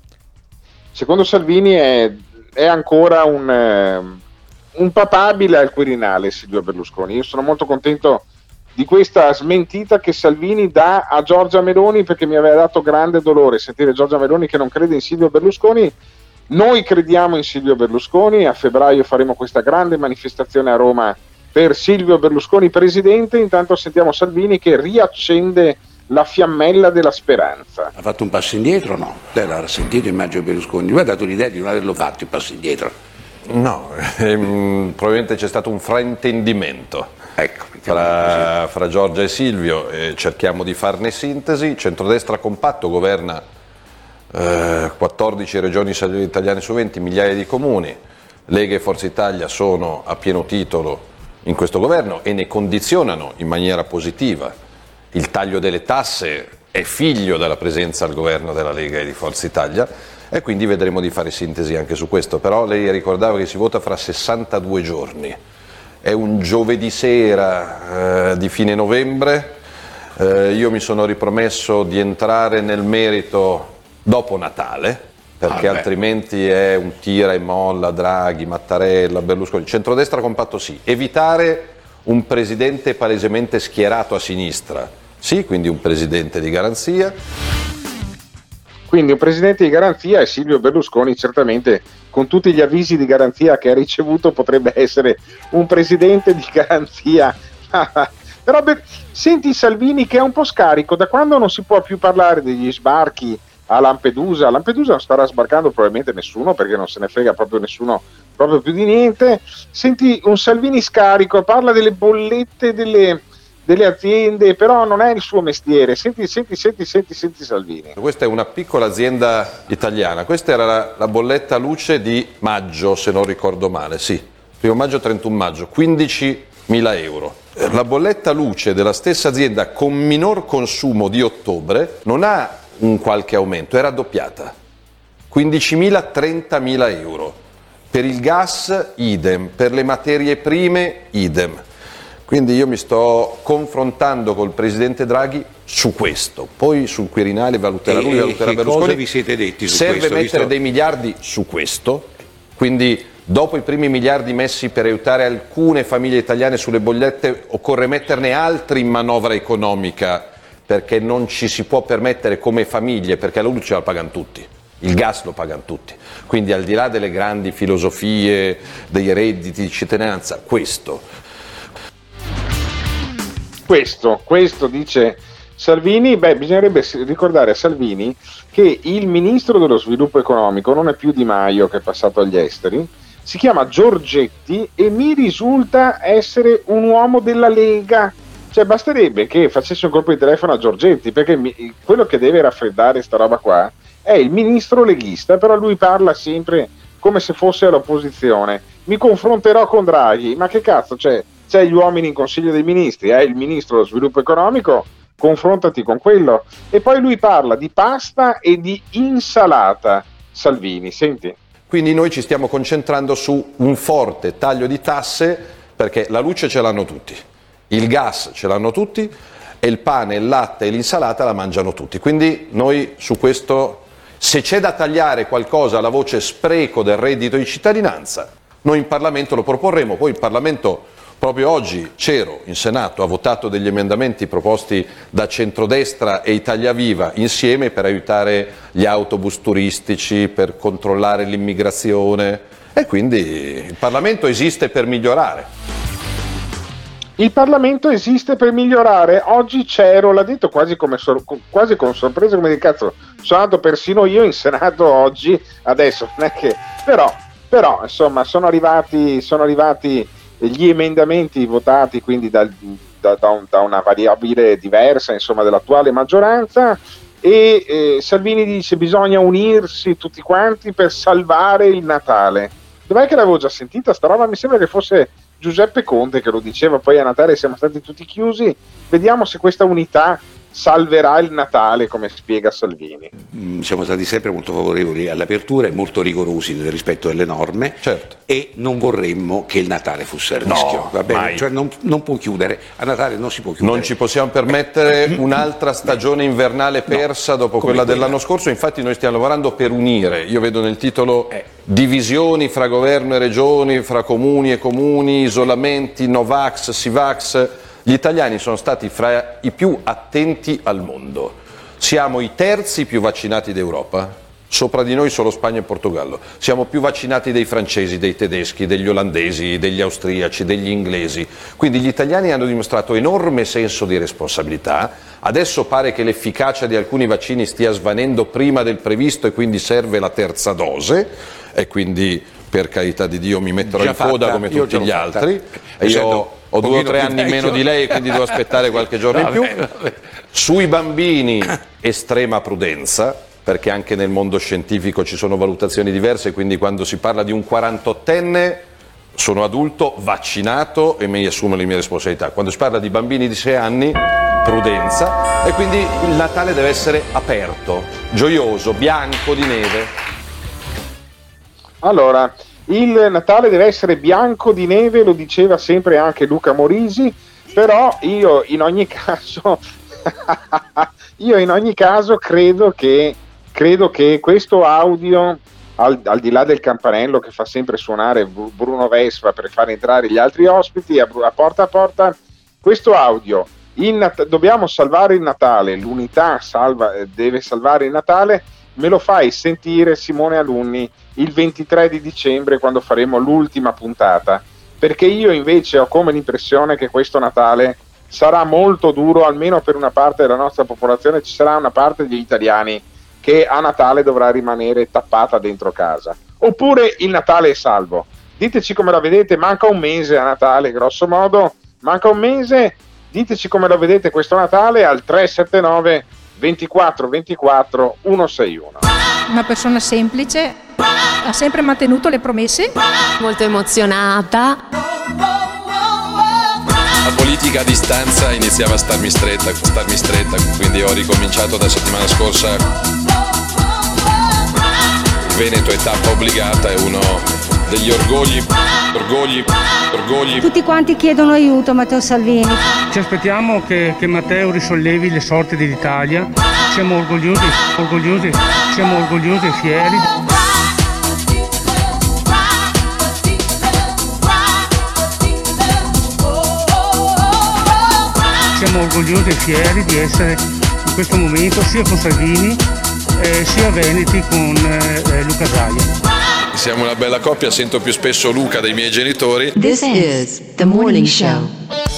è ancora un papabile al Quirinale Silvio Berlusconi. Io sono molto contento di questa smentita che Salvini dà a Giorgia Meloni, perché mi aveva dato grande dolore sentire Giorgia Meloni che non crede in Silvio Berlusconi. Noi crediamo in Silvio Berlusconi, a febbraio faremo questa grande manifestazione a Roma per Silvio Berlusconi presidente. Intanto sentiamo Salvini che riaccende la fiammella della speranza.
Ha fatto un passo indietro o no? Lei l'ha sentito, immagino, Berlusconi. Mi ha dato l'idea di non averlo fatto il passo indietro.
No, probabilmente c'è stato un fraintendimento, ecco, fra Giorgia e Silvio, cerchiamo di farne sintesi. Centrodestra compatto governa 14 regioni italiane su 20, migliaia di comuni. Lega e Forza Italia sono a pieno titolo in questo governo e ne condizionano in maniera positiva. Il taglio delle tasse è figlio della presenza al governo della Lega e di Forza Italia, e quindi vedremo di fare sintesi anche su questo. Però lei ricordava che si vota fra 62 giorni, è un giovedì sera di fine novembre. Io mi sono ripromesso di entrare nel merito dopo Natale, perché altrimenti è un tira e molla, Draghi, Mattarella, Berlusconi. Centrodestra compatto sì, evitare un presidente palesemente schierato a sinistra, sì, quindi un presidente di garanzia.
Quindi un presidente di garanzia, e Silvio Berlusconi certamente, con tutti gli avvisi di garanzia che ha ricevuto, potrebbe essere un presidente di garanzia. Però senti Salvini che è un po' scarico, da quando non si può più parlare degli sbarchi a Lampedusa. A Lampedusa non starà sbarcando probabilmente nessuno, perché non se ne frega proprio nessuno proprio più di niente. Senti un Salvini scarico, parla delle bollette delle aziende, però non è il suo mestiere. Senti Salvini.
Questa è una piccola azienda italiana, questa era la bolletta luce di maggio, se non ricordo male, sì, 1 maggio, 31 maggio, 15.000 euro. La bolletta luce della stessa azienda con minor consumo di ottobre non ha un qualche aumento, è raddoppiata, 15.000, 30.000 euro. Per il gas idem, per le materie prime idem. Quindi io mi sto confrontando col presidente Draghi su questo, poi sul Quirinale valuterà lui, valuterà Berlusconi.
Cosa vi siete detti su
Serve
questo?
mettere dei miliardi su questo, quindi dopo i primi miliardi messi per aiutare alcune famiglie italiane sulle bollette occorre metterne altri in manovra economica, perché non ci si può permettere come famiglie, perché la luce la pagano tutti. Il gas lo pagano tutti, quindi al di là delle grandi filosofie, dei redditi di cittadinanza,
Questo dice Salvini. Bisognerebbe ricordare a Salvini che il ministro dello sviluppo economico non è più Di Maio, che è passato agli esteri, si chiama Giorgetti e mi risulta essere un uomo della Lega. Cioè basterebbe che facesse un colpo di telefono a Giorgetti, perché quello che deve raffreddare sta roba qua è il ministro leghista, però lui parla sempre come se fosse all'opposizione. Mi confronterò con Draghi, ma che cazzo c'è gli uomini in Consiglio dei Ministri, il ministro dello sviluppo economico, confrontati con quello. E poi lui parla di pasta e di insalata, Salvini, senti.
Quindi noi ci stiamo concentrando su un forte taglio di tasse, perché la luce ce l'hanno tutti, il gas ce l'hanno tutti e il pane, il latte e l'insalata la mangiano tutti. Quindi noi su questo, se c'è da tagliare qualcosa alla voce spreco del reddito di cittadinanza, noi in Parlamento lo proporremo. Poi il Parlamento, proprio oggi c'ero in Senato, ha votato degli emendamenti proposti da Centrodestra e Italia Viva insieme per aiutare gli autobus turistici, per controllare l'immigrazione, e quindi il Parlamento esiste per migliorare.
Il Parlamento esiste per migliorare. Oggi c'ero, l'ha detto quasi con sorpresa, come di cazzo, sono andato persino io in Senato oggi, adesso non è che, però insomma sono arrivati gli emendamenti votati, quindi da una variabile diversa, insomma, dell'attuale maggioranza, e Salvini dice bisogna unirsi tutti quanti per salvare il Natale. Dov'è che l'avevo già sentita sta roba? Mi sembra che fosse Giuseppe Conte che lo diceva, poi a Natale siamo stati tutti chiusi. Vediamo se questa unità salverà il Natale, come spiega Salvini.
Siamo stati sempre molto favorevoli all'apertura e molto rigorosi nel rispetto delle norme, certo. E non vorremmo che il Natale fosse a rischio, va bene?
Mai.
Cioè non può chiudere, a Natale non si può chiudere.
Non ci possiamo permettere un'altra stagione invernale persa dopo quella dell'anno scorso, infatti noi stiamo lavorando per unire, io vedo nel titolo divisioni fra governo e regioni, fra comuni e comuni, isolamenti, Novax, Sivax. Gli italiani sono stati fra i più attenti al mondo. Siamo i terzi più vaccinati d'Europa, sopra di noi solo Spagna e Portogallo. Siamo più vaccinati dei francesi, dei tedeschi, degli olandesi, degli austriaci, degli inglesi. Quindi gli italiani hanno dimostrato enorme senso di responsabilità. Adesso pare che l'efficacia di alcuni vaccini stia svanendo prima del previsto e quindi serve la terza dose. E quindi, per carità di Dio, mi metterò in coda come tutti gli altri. E io ho 2 o 3 anni in meno di lei e quindi devo aspettare qualche giorno in più. Sui bambini estrema prudenza, perché anche nel mondo scientifico ci sono valutazioni diverse, quindi quando si parla di un 48enne sono adulto, vaccinato e mi assumo le mie responsabilità. Quando si parla di bambini di 6 anni, prudenza, e quindi il Natale deve essere aperto, gioioso, bianco di neve.
Allora, il Natale deve essere bianco di neve, lo diceva sempre anche Luca Morisi, però io in ogni caso credo che questo audio, al di là del campanello che fa sempre suonare Bruno Vespa per far entrare gli altri ospiti a porta a porta, questo audio, dobbiamo salvare il Natale, l'unità deve salvare il Natale, me lo fai sentire, Simone Alunni, il 23 di dicembre, quando faremo l'ultima puntata, perché io invece ho come l'impressione che questo Natale sarà molto duro, almeno per una parte della nostra popolazione. Ci sarà una parte degli italiani che a Natale dovrà rimanere tappata dentro casa, oppure il Natale è salvo. Diteci come la vedete, manca un mese a Natale, grosso modo manca un mese, diteci come lo vedete questo Natale al 379 24 24 161.
Una persona semplice, ha sempre mantenuto le promesse.
Molto emozionata.
La politica a distanza iniziava a starmi stretta, quindi ho ricominciato da settimana scorsa. Il Veneto è tappa obbligata, è uno degli orgogli.
Tutti quanti chiedono aiuto a Matteo Salvini.
Ci aspettiamo che Matteo risollevi le sorti dell'Italia. Siamo orgogliosi e fieri. Siamo orgogliosi e fieri di essere in questo momento sia con Salvini sia veneti con Luca Zaia.
Siamo una bella coppia, sento più spesso Luca dei miei genitori.
This is the morning show.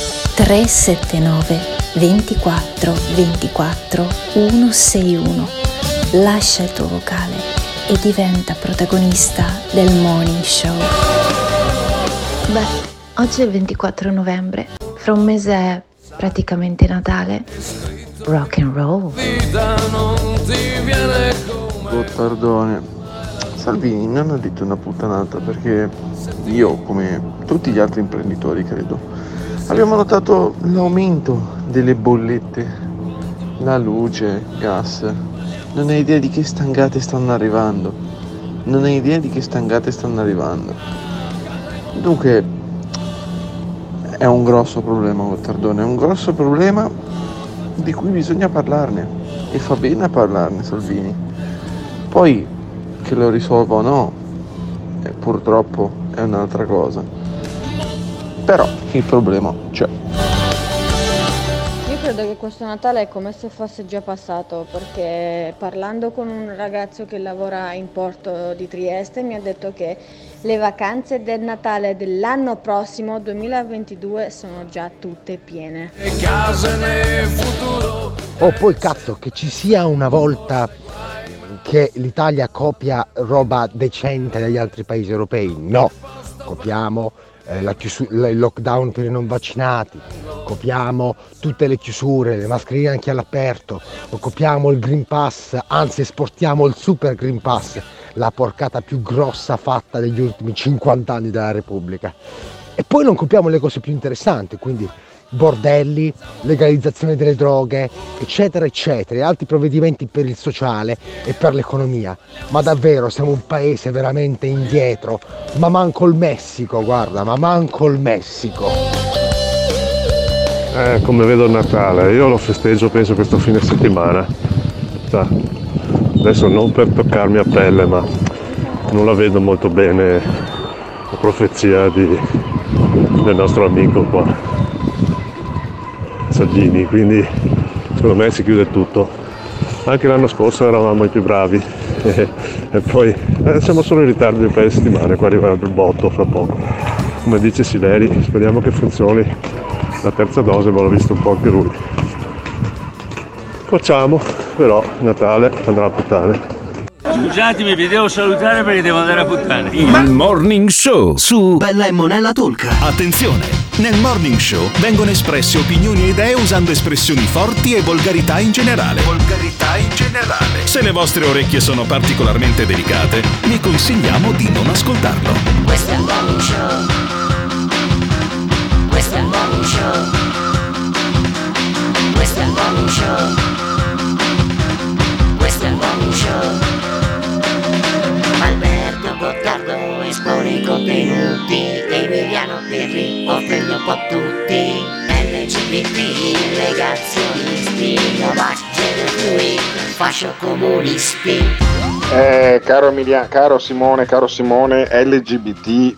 379 24 24 161. Lascia il tuo vocale e diventa protagonista del morning show. Beh, oggi è il 24 novembre, fra un mese è praticamente Natale. Rock and roll.
Gottardone. Salvini non ha detto una puttanata, perché io, come tutti gli altri imprenditori credo, abbiamo notato l'aumento delle bollette, la luce, gas. Non hai idea di che stangate stanno arrivando. Dunque è un grosso problema, Gottardone, è un grosso problema di cui bisogna parlarne, e fa bene a parlarne Salvini. Poi che lo risolva o no, purtroppo è un'altra cosa, però il problema c'è.
Io credo che questo Natale è come se fosse già passato, perché parlando con un ragazzo che lavora in porto di Trieste mi ha detto che le vacanze del Natale dell'anno prossimo 2022 sono già tutte piene.
Oh, poi cazzo, che ci sia una volta che l'Italia copia roba decente dagli altri paesi europei. No, copiamo il lockdown per i non vaccinati, copiamo tutte le chiusure, le mascherine anche all'aperto, copiamo il Green Pass, anzi esportiamo il Super Green Pass, la porcata più grossa fatta degli ultimi 50 anni della Repubblica. E poi non copiamo le cose più interessanti, quindi bordelli, legalizzazione delle droghe, eccetera eccetera, e altri provvedimenti per il sociale e per l'economia. Ma davvero siamo un paese veramente indietro, ma manco il Messico, guarda,
Come vedo il Natale, io lo festeggio penso questo fine settimana. Adesso non per toccarmi a pelle, ma non la vedo molto bene la profezia del nostro amico qua Salvini, quindi secondo me si chiude tutto. Anche l'anno scorso eravamo i più bravi e poi siamo solo in ritardo di un paio di settimane, qua arriverà il botto fra poco. Come dice Sileri, speriamo che funzioni la terza dose, ma l'ho visto un po' anche lui. Facciamo, però Natale andrà a puttane.
Scusatemi, vi devo salutare perché devo andare a puttane.
Il Morning Show su
Bella e Monella Talk.
Attenzione! Nel Morning Show vengono espresse opinioni e idee usando espressioni forti e volgarità in generale. Se le vostre orecchie sono particolarmente delicate, vi consigliamo di non ascoltarlo.
Questo è il Morning Show. Questo è il Morning Show. Questo è il Morning Show. Questo è il Morning Show. Alberto Gottardo espone i contenuti, Emiliano Pirri offende un po' tutti, LGBT, negazionisti, Novak, gender fluid, fascio comunisti.
Caro Simone, LGBT,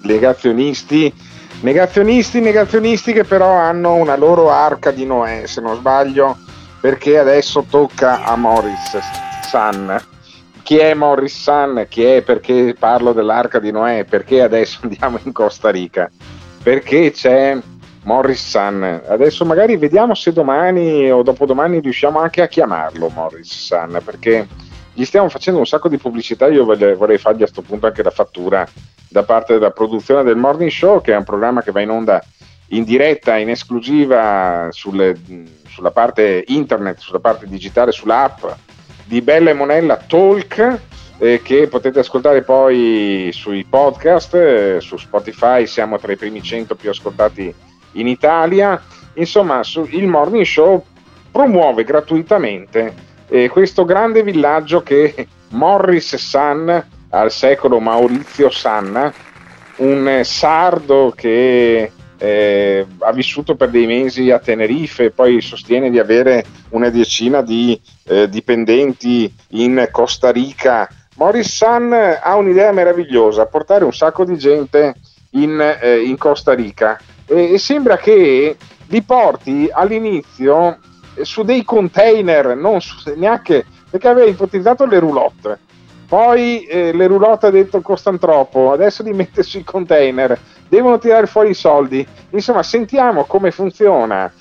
negazionisti che però hanno una loro arca di Noè, se non sbaglio, perché adesso tocca a Morris San. Chi è Morris San? Chi è? Perché parlo dell'arca di Noè? Perché adesso andiamo in Costa Rica? Perché c'è Morris San. Adesso magari vediamo se domani o dopodomani riusciamo anche a chiamarlo Morris San, perché gli stiamo facendo un sacco di pubblicità. Io vorrei fargli a sto punto anche la fattura da parte della produzione del Morning Show, che è un programma che va in onda in diretta, in esclusiva sulla parte internet, sulla parte digitale, sull'app di Bella e Monella Talk, che potete ascoltare poi sui podcast, su Spotify siamo tra i primi 100 più ascoltati in Italia. Insomma, il Morning Show promuove gratuitamente questo grande villaggio che Morris San, al secolo Maurizio Sanna, un sardo che ha vissuto per dei mesi a Tenerife e poi sostiene di avere una decina di dipendenti in Costa Rica. Morris San ha un'idea meravigliosa: portare un sacco di gente in Costa Rica, e sembra che li porti all'inizio su dei container, non neanche, perché aveva ipotizzato le roulotte, poi le roulotte ha detto costano troppo, adesso li mette sui container, devono tirare fuori i soldi. Insomma, sentiamo come funziona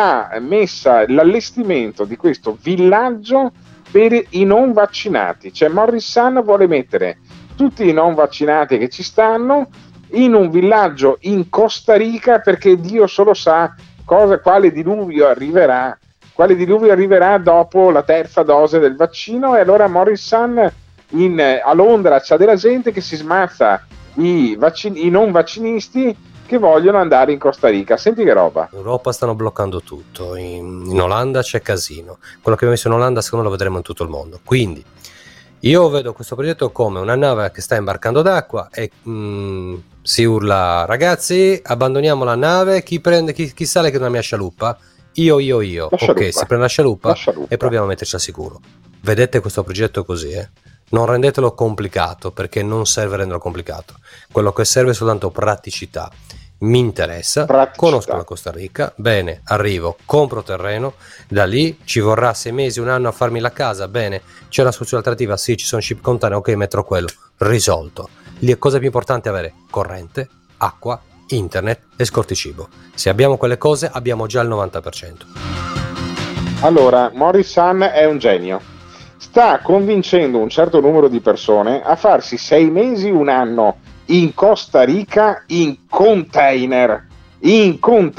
l'allestimento di questo villaggio per i non vaccinati. Cioè Morris San vuole mettere tutti i non vaccinati che ci stanno in un villaggio in Costa Rica, perché Dio solo sa quale diluvio arriverà dopo la terza dose del vaccino. E allora Morris San a Londra c'ha della gente che si smazza i non vaccinisti che vogliono andare in Costa Rica. Senti che roba.
In Europa stanno bloccando tutto, in Olanda c'è casino, quello che abbiamo visto in Olanda secondo me lo vedremo in tutto il mondo, quindi io vedo questo progetto come una nave che sta imbarcando d'acqua e si urla: ragazzi, abbandoniamo la nave, chi sale che è una mia scialuppa? Io. Ok, si prende la scialuppa e proviamo a metterci al sicuro. Vedete questo progetto così, non rendetelo complicato, perché non serve renderlo complicato, quello che serve è soltanto praticità. Mi interessa, conosco la Costa Rica, bene, arrivo, compro terreno, da lì ci vorrà 6 mesi, un anno a farmi la casa, bene, c'è una soluzione alternativa, sì, ci sono ship container, ok, metterò quello, risolto. Lì è cosa più importante avere corrente, acqua, internet e scorti cibo. Se abbiamo quelle cose abbiamo già il 90%.
Allora, Morris San è un genio, sta convincendo un certo numero di persone a farsi 6 mesi, un anno in Costa Rica in container, in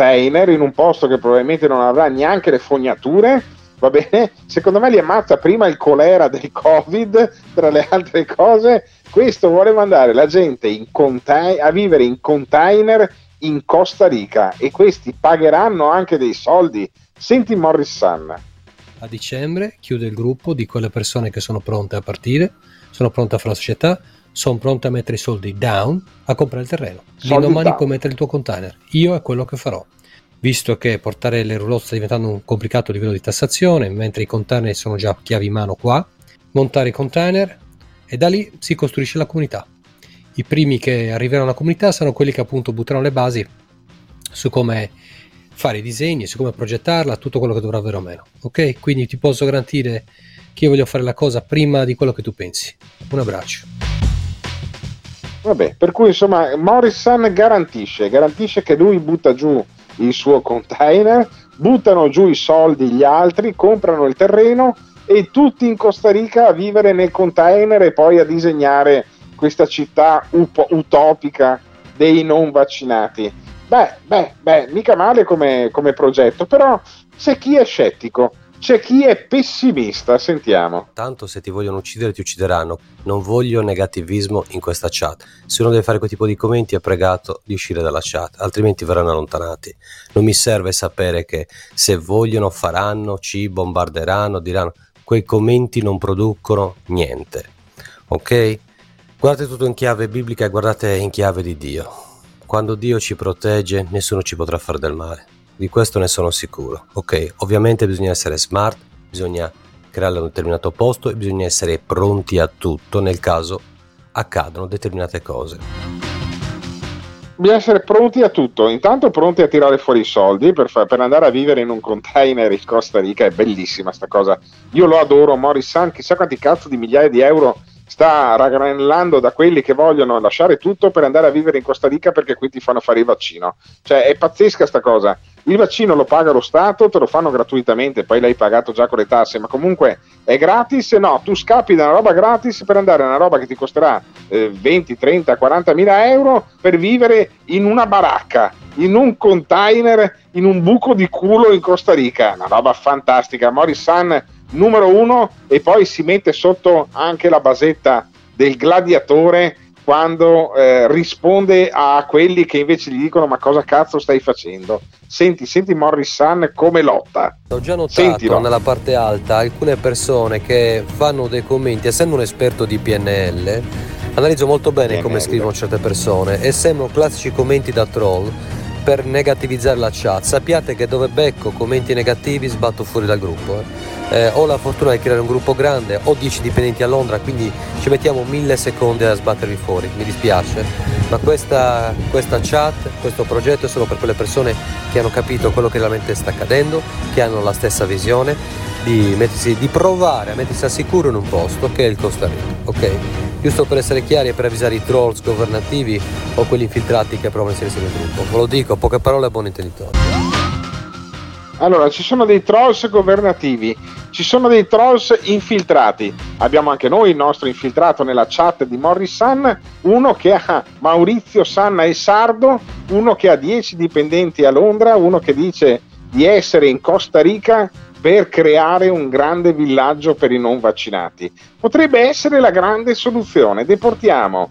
un posto che probabilmente non avrà neanche le fognature, va bene? Secondo me li ammazza prima il colera del Covid, tra le altre cose. Questo vuole mandare la gente a vivere in container in Costa Rica, e questi pagheranno anche dei soldi. Senti Morris San.
A dicembre chiude il gruppo di quelle persone che sono pronte a partire, sono pronte a fare la società, sono pronte a mettere i soldi down a comprare il terreno. L'indomani puoi mettere il tuo container. Io è quello che farò, visto che portare le roulotte sta diventando un complicato livello di tassazione, mentre i container sono già chiavi in mano qua. Montare i container, e da lì si costruisce la comunità. I primi che arriveranno alla comunità saranno quelli che appunto butteranno le basi su come fare i disegni, su come progettarla, tutto quello che dovrà avere o meno. Ok? Quindi ti posso garantire che io voglio fare la cosa prima di quello che tu pensi. Un abbraccio.
Vabbè, per cui insomma Morris San garantisce che lui butta giù il suo container, buttano giù i soldi gli altri, comprano il terreno e tutti in Costa Rica a vivere nel container e poi a disegnare questa città utopica dei non vaccinati. Beh, mica male come progetto, però c'è chi è scettico, c'è chi è pessimista, sentiamo.
Tanto se ti vogliono uccidere ti uccideranno, non voglio negativismo in questa chat. Se uno deve fare quel tipo di commenti è pregato di uscire dalla chat, altrimenti verranno allontanati. Non mi serve sapere che se vogliono faranno, ci bombarderanno, diranno. Quei commenti non producono niente, ok? Guardate tutto in chiave biblica e guardate in chiave di Dio. Quando Dio ci protegge, nessuno ci potrà fare del male. Di questo ne sono sicuro, ok? Ovviamente bisogna essere smart, bisogna creare un determinato posto e bisogna essere pronti a tutto nel caso accadano determinate cose.
Bisogna essere pronti a tutto, intanto pronti a tirare fuori i soldi per andare a vivere in un container in Costa Rica. È bellissima sta cosa, io lo adoro. Morris San, chissà quanti cazzo di migliaia di euro sta raggranellando da quelli che vogliono lasciare tutto per andare a vivere in Costa Rica perché qui ti fanno fare il vaccino. Cioè è pazzesca sta cosa. il vaccino lo paga lo Stato, te lo fanno gratuitamente, poi l'hai pagato già con le tasse, ma comunque è gratis. No, tu scappi da una roba gratis per andare a una roba che ti costerà 20, 30, 40 mila euro per vivere in una baracca, in un container, in un buco di culo in Costa Rica. Una roba fantastica. Morris Sun numero 1, e poi si mette sotto anche la basetta del gladiatore quando risponde a quelli che invece gli dicono ma cosa cazzo stai facendo. Senti Morris Sun come lotta.
Ho già notato
Sentilo.
nella parte alta alcune persone che fanno dei commenti. Essendo un esperto di PNL, analizzo molto bene come scrivono certe persone e sembrano classici commenti da troll per negativizzare la chat. Sappiate che dove becco commenti negativi sbatto fuori dal gruppo. Ho la fortuna di creare un gruppo grande, ho 10 dipendenti a Londra, quindi ci mettiamo 1000 secondi a sbattervi fuori, mi dispiace, ma questa chat, questo progetto è solo per quelle persone che hanno capito quello che realmente sta accadendo, che hanno la stessa visione di provare a mettersi al sicuro in un posto che è il Costa Rica, ok? Giusto per essere chiari e per avvisare i trolls governativi o quelli infiltrati che provano a inserirsi nel gruppo. Ve lo dico, poche parole a buon intenditore.
Allora, ci sono dei trolls governativi, ci sono dei trolls infiltrati. Abbiamo anche noi il nostro infiltrato nella chat di Morris Sun, uno che ha Maurizio Sanna e sardo, uno che ha 10 dipendenti a Londra, uno che dice di essere in Costa Rica per creare un grande villaggio per i non vaccinati. Potrebbe essere la grande soluzione. Deportiamo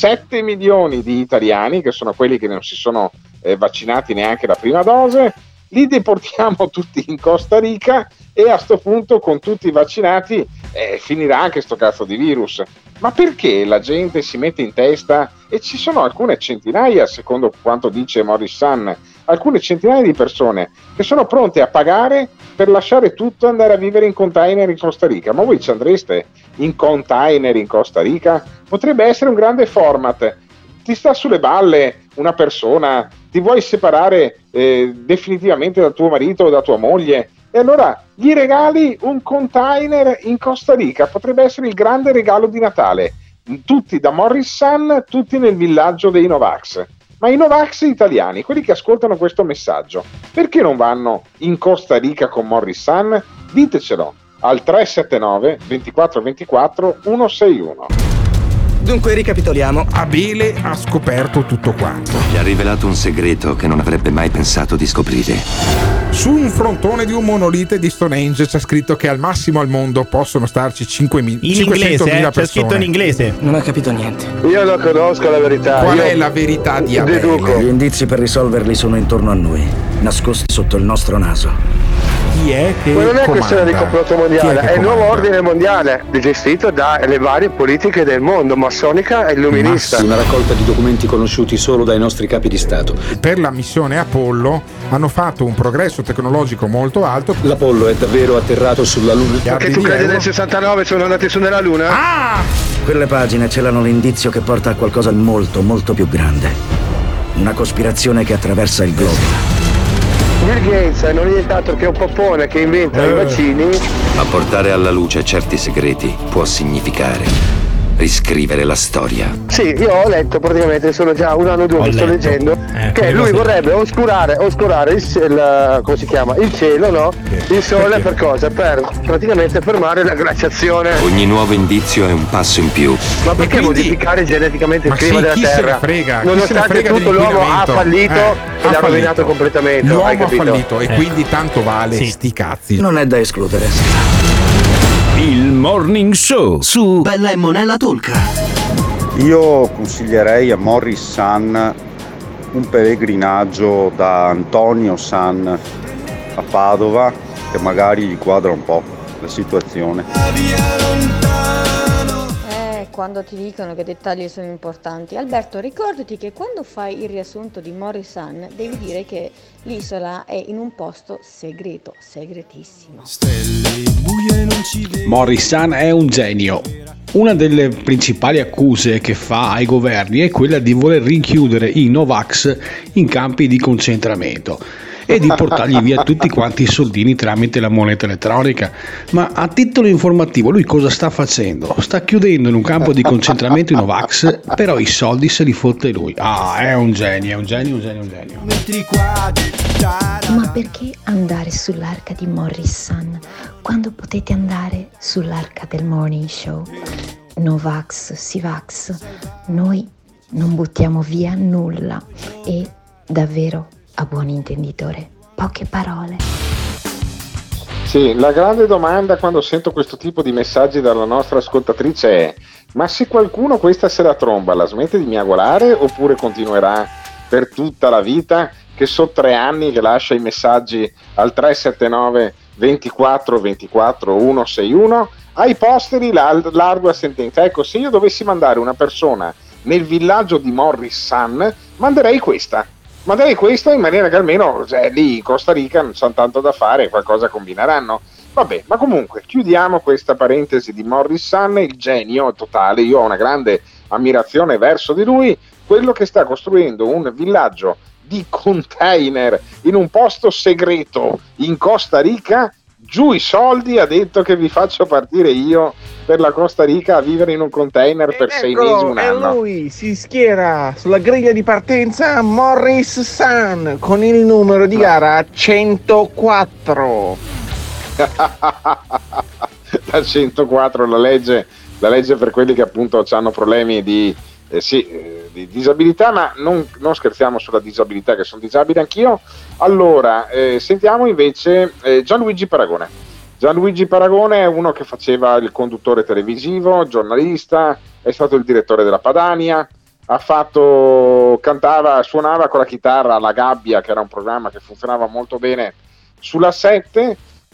7 milioni di italiani, che sono quelli che non si sono vaccinati neanche la prima dose, li deportiamo tutti in Costa Rica e a sto punto con tutti vaccinati finirà anche sto cazzo di virus. Ma perché la gente si mette in testa, e ci sono alcune centinaia, secondo quanto dice Morris Sun, alcune centinaia di persone che sono pronte a pagare per lasciare tutto e andare a vivere in container in Costa Rica? Ma voi ci andreste in container in Costa Rica? Potrebbe essere un grande format. Ti sta sulle balle una persona, ti vuoi separare definitivamente da tuo marito o da tua moglie, e allora gli regali un container in Costa Rica. Potrebbe essere il grande regalo di Natale. Tutti da Morris Sun, tutti nel villaggio dei Novax. Ma i Novax italiani, quelli che ascoltano questo messaggio, perché non vanno in Costa Rica con Morris Sun? Ditecelo al 379 24 24 161.
Dunque ricapitoliamo. Abele ha scoperto tutto quanto.
Gli ha rivelato un segreto che non avrebbe mai pensato di scoprire.
Su un frontone di un monolite di Stonehenge c'è scritto che al massimo al mondo possono starci 500.000 persone.
C'è scritto in inglese.
Non ho capito niente.
Io lo conosco la verità.
Qual è la verità di Abele?
Gli
indizi per risolverli sono intorno a noi, nascosti sotto il nostro naso.
Chi è che
ma non è
comanda?
questione di complotto mondiale, è il nuovo
comanda?
ordine mondiale gestito dalle varie politiche del mondo, massonica e illuminista.
Una raccolta di documenti conosciuti solo dai nostri capi di Stato.
Per la missione Apollo hanno fatto un progresso tecnologico molto alto.
L'Apollo è davvero atterrato sulla Luna?
Perché tu credi nel 69 sono andati su nella Luna?
Ah!
Quelle pagine celano l'indizio che porta a qualcosa di molto, molto più grande. Una cospirazione che attraversa il globo.
Bill Gates non è nient'altro che un popone che inventa i vaccini.
Ma portare alla luce certi segreti può significare riscrivere la storia.
Sì, io ho letto praticamente, sono già un anno o due che sto leggendo, che lui vorrebbe oscurare il come si chiama? Il cielo, no? Il sole per cosa? Per praticamente fermare la glaciazione.
Ogni nuovo indizio è un passo in più.
Ma perché modificare geneticamente il clima della Terra? Nonostante tutto l'uomo ha fallito e l'ha rovinato completamente.
L'uomo ha fallito e quindi tanto vale sti cazzi.
Non è da escludere.
Il Morning Show su
Bella e Monella Talk.
Io consiglierei a Morris Sun un pellegrinaggio da Antonio Sun a Padova, che magari gli quadra un po' la situazione.
Quando ti dicono che i dettagli sono importanti. Alberto, ricordati che quando fai il riassunto di Morris Sun devi dire che l'isola è in un posto segreto, segretissimo.
Morris Sun è un genio. Una delle principali accuse che fa ai governi è quella di voler rinchiudere i Novax in campi di concentramento. e di portargli via tutti quanti i soldini tramite la moneta elettronica. Ma a titolo informativo lui cosa sta facendo? Sta chiudendo in un campo di concentramento i Novax, però i soldi se li fotte lui. È un genio.
Ma perché andare sull'arca di Morris Sun quando potete andare sull'arca del Morning Show? Novax, Sivax, noi non buttiamo via nulla e davvero, a buon intenditore, poche parole.
Sì, la grande domanda quando sento questo tipo di messaggi dalla nostra ascoltatrice è: ma se qualcuno questa se la tromba, la smette di miagolare oppure continuerà per tutta la vita, che so 3 anni che lascia i messaggi al 379 24 24 161 ai posteri l'ardua sentenza? Ecco, se io dovessi mandare una persona nel villaggio di Morris Sun, manderei questa in maniera che almeno lì in Costa Rica non c'hanno tanto da fare, qualcosa combineranno. Vabbè, ma comunque chiudiamo questa parentesi di Morris Sun, il genio totale. Io ho una grande ammirazione verso di lui, quello che sta costruendo un villaggio di container in un posto segreto in Costa Rica. Giù i soldi, ha detto che vi faccio partire io per la Costa Rica a vivere in un container per 6 mesi, un anno.
E lui si schiera sulla griglia di partenza Morris Sun con il numero di gara 104.
La 104, la legge per quelli che appunto hanno problemi di disabilità, ma non scherziamo sulla disabilità, che sono disabile anch'io. Allora, sentiamo invece Gianluigi Paragone. Gianluigi Paragone è uno che faceva il conduttore televisivo, giornalista, è stato il direttore della Padania, suonava con la chitarra alla Gabbia, che era un programma che funzionava molto bene sulla 7,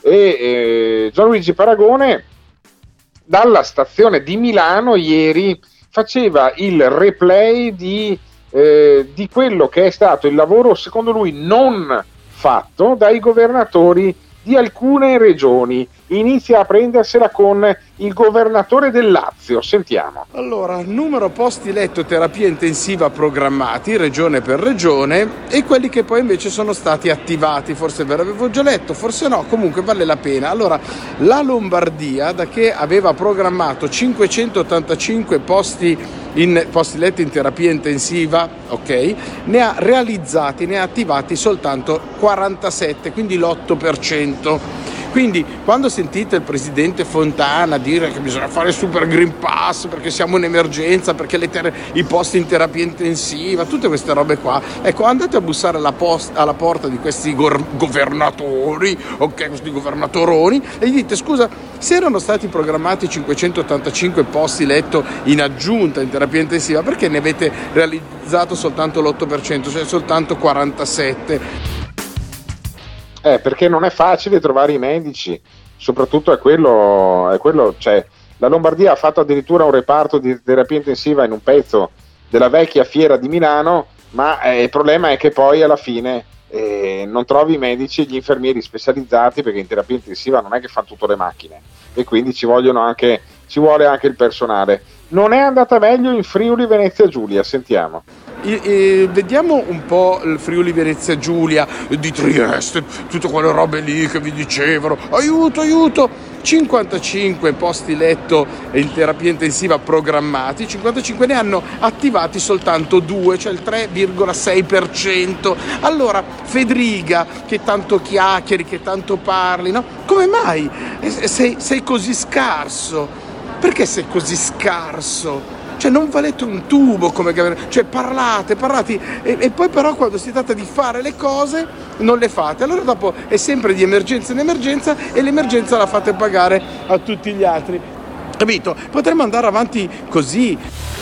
e Gianluigi Paragone dalla stazione di Milano ieri faceva il replay di quello che è stato il lavoro, secondo lui, non fatto dai governatori di alcune regioni. Inizia a prendersela con il governatore del Lazio. Sentiamo.
Allora, numero posti letto terapia intensiva programmati regione per regione e quelli che poi invece sono stati attivati. Forse ve l'avevo già letto, forse no, comunque vale la pena. Allora, la Lombardia, da che aveva programmato 585 posti letti in terapia intensiva, ok, ne ha attivati soltanto 47, quindi l'8%. Quindi quando sentite il presidente Fontana dire che bisogna fare super green pass perché siamo in emergenza, perché i posti in terapia intensiva, tutte queste robe qua, ecco, andate a bussare alla porta di questi governatori, ok, questi governatoroni, e gli dite: scusa, se erano stati programmati 585 posti letto in aggiunta in terapia intensiva, perché ne avete realizzato soltanto l'8%, cioè soltanto 47?
Perché non è facile trovare i medici, soprattutto è quello, cioè la Lombardia ha fatto addirittura un reparto di terapia intensiva in un pezzo della vecchia fiera di Milano, ma il problema è che poi alla fine non trovi i medici e gli infermieri specializzati, perché in terapia intensiva non è che fanno tutte le macchine e quindi ci vuole anche il personale. Non è andata meglio in Friuli Venezia Giulia, sentiamo.
Vediamo un po' il Friuli Venezia Giulia di Trieste, tutte quelle robe lì che vi dicevano, aiuto, 55 posti letto in terapia intensiva programmati, 55 ne hanno attivati soltanto 2, cioè il 3,6%. Allora, Fedriga, che tanto chiacchieri, che tanto parli, no? Come mai sei così scarso? Perché sei così scarso? Cioè non valete un tubo, cioè parlate e poi però quando si tratta di fare le cose non le fate. Allora dopo è sempre di emergenza in emergenza e l'emergenza la fate pagare a tutti gli altri, capito? Potremmo andare avanti così.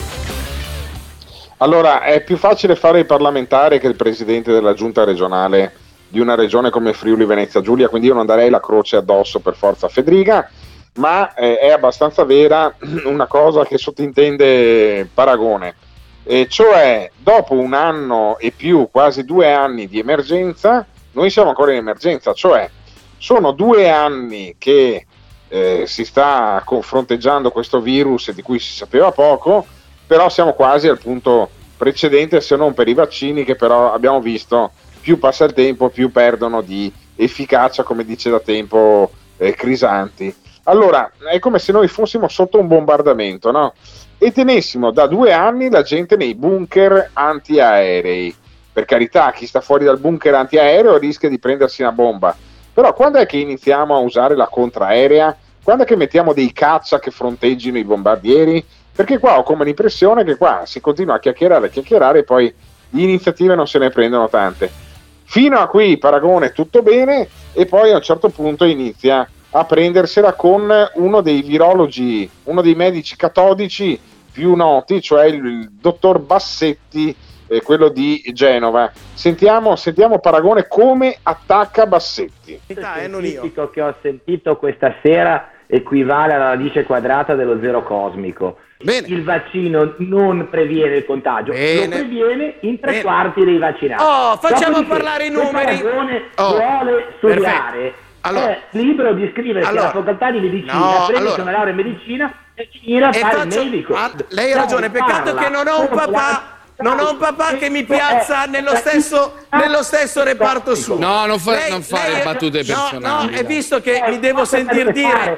Allora, è più facile fare il parlamentare che il presidente della giunta regionale di una regione come Friuli Venezia Giulia, quindi io non darei la croce addosso per forza a Fedriga, ma è abbastanza vera una cosa che sottintende Paragone, cioè dopo un anno e più, quasi 2 anni di emergenza, noi siamo ancora in emergenza, cioè sono 2 anni che si sta fronteggiando questo virus di cui si sapeva poco, però siamo quasi al punto precedente, se non per i vaccini, che però abbiamo visto più passa il tempo, più perdono di efficacia, come dice da tempo Crisanti. Allora, è come se noi fossimo sotto un bombardamento, no? E tenessimo da 2 anni la gente nei bunker antiaerei. Per carità, chi sta fuori dal bunker antiaereo rischia di prendersi una bomba. Però quando è che iniziamo a usare la contraerea? Quando è che mettiamo dei caccia che fronteggino i bombardieri? Perché qua ho come l'impressione che qua si continua a chiacchierare e poi di iniziative non se ne prendono tante. Fino a qui, Paragone, tutto bene, e poi a un certo punto inizia a prendersela con uno dei virologi, uno dei medici catodici più noti, cioè il dottor Bassetti, quello di Genova. Sentiamo Paragone come attacca Bassetti.
Il scientifico che ho sentito questa sera equivale alla radice quadrata dello zero cosmico.
Bene.
Il vaccino non previene il contagio, lo previene in 3/4 dei vaccinati.
Facciamo parlare i numeri.
Vuole studiare.
Allora,
è libero di iscriversi alla facoltà di medicina, prendersi una laurea in medicina e finire a fare il medico.
Lei ha ragione, peccato che non ho un papà che mi piazza nello stesso reparto suo.
No, non fare battute personali.
No, e visto che mi devo sentir dire,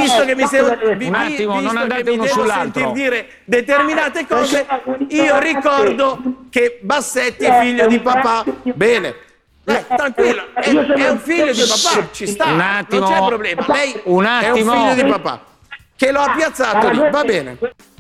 sentir dire determinate cose, io ricordo che Bassetti è figlio di papà. Bene. Tranquillo, è un figlio di papà, ci sta, non c'è problema. Lei è un figlio di papà che lo ha piazzato lì, va bene.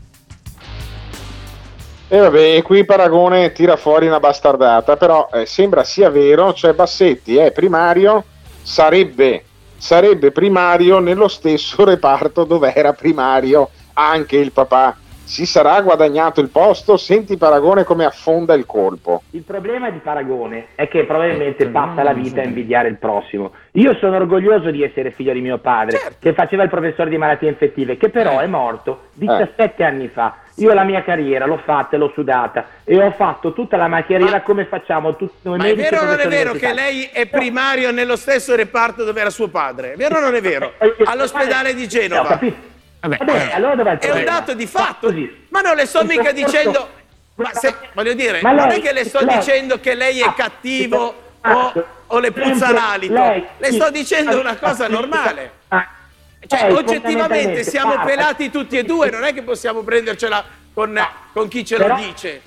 E vabbè, qui Paragone tira fuori una bastardata, però sembra sia vero, cioè Bassetti è primario, sarebbe primario nello stesso reparto dove era primario anche il papà. Si sarà guadagnato il posto? Senti Paragone come affonda il colpo.
Il problema di Paragone è che probabilmente passa la vita a invidiare il prossimo. Io sono orgoglioso di essere figlio di mio padre, che faceva il professore di malattie infettive, che però è morto 17 anni fa. Io la mia carriera l'ho fatta e l'ho sudata e ho fatto tutta la mia carriera come facciamo tutti noi medici.
Ma è vero o non è vero che lei è primario nello stesso reparto dove era suo padre? È vero o non è vero? All'ospedale di Genova.
Vabbè, allora dov'è il
è un dato di fatto, ma non le sto mica dicendo, voglio dire, non è che le sto dicendo che lei è cattivo o le puzza l'alito, le sto dicendo una cosa normale. Cioè, oggettivamente siamo pelati tutti e due, non è che possiamo prendercela con chi ce lo dice.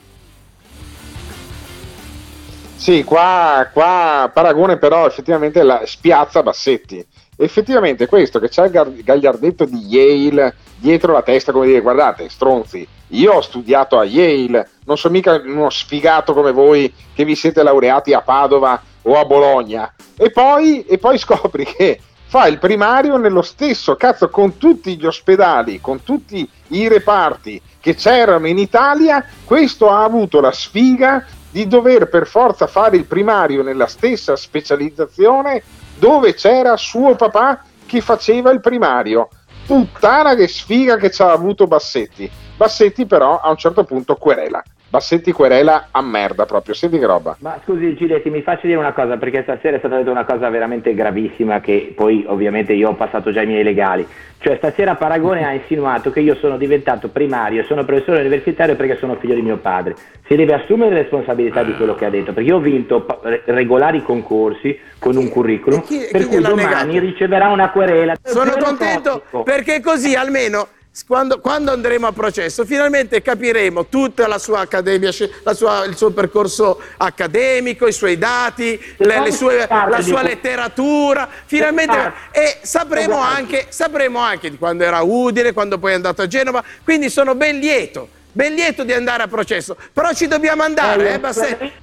Sì, qua Paragone però effettivamente spiazza Bassetti. Effettivamente questo che c'è il gagliardetto di Yale dietro la testa, come dire, guardate stronzi, io ho studiato a Yale, non sono mica uno sfigato come voi che vi siete laureati a Padova o a Bologna, e poi scopri che fa il primario nello stesso, cazzo, con tutti gli ospedali, con tutti i reparti che c'erano in Italia. Questo ha avuto la sfiga di dover per forza fare il primario nella stessa specializzazione dove c'era suo papà che faceva il primario. Puttana che sfiga che ci ha avuto Bassetti. Bassetti però a un certo punto querela. Bassetti querela a merda proprio, senti che roba.
Ma scusi Giletti, mi faccio dire una cosa, perché stasera è stata detta una cosa veramente gravissima che poi ovviamente io ho passato già i miei legali. Cioè stasera Paragone ha insinuato che io sono diventato primario, sono professore universitario perché sono figlio di mio padre. Si deve assumere le responsabilità di quello che ha detto, perché io ho vinto regolari concorsi con un curriculum per cui domani riceverà una querela.
Sono contento perché così almeno quando andremo a processo finalmente capiremo tutta la sua accademia, il suo percorso accademico, i suoi dati, la sua letteratura, finalmente, e sapremo anche di quando era a Udine, quando poi è andato a Genova, quindi sono ben lieto di andare a processo, però ci dobbiamo andare, Bassetti.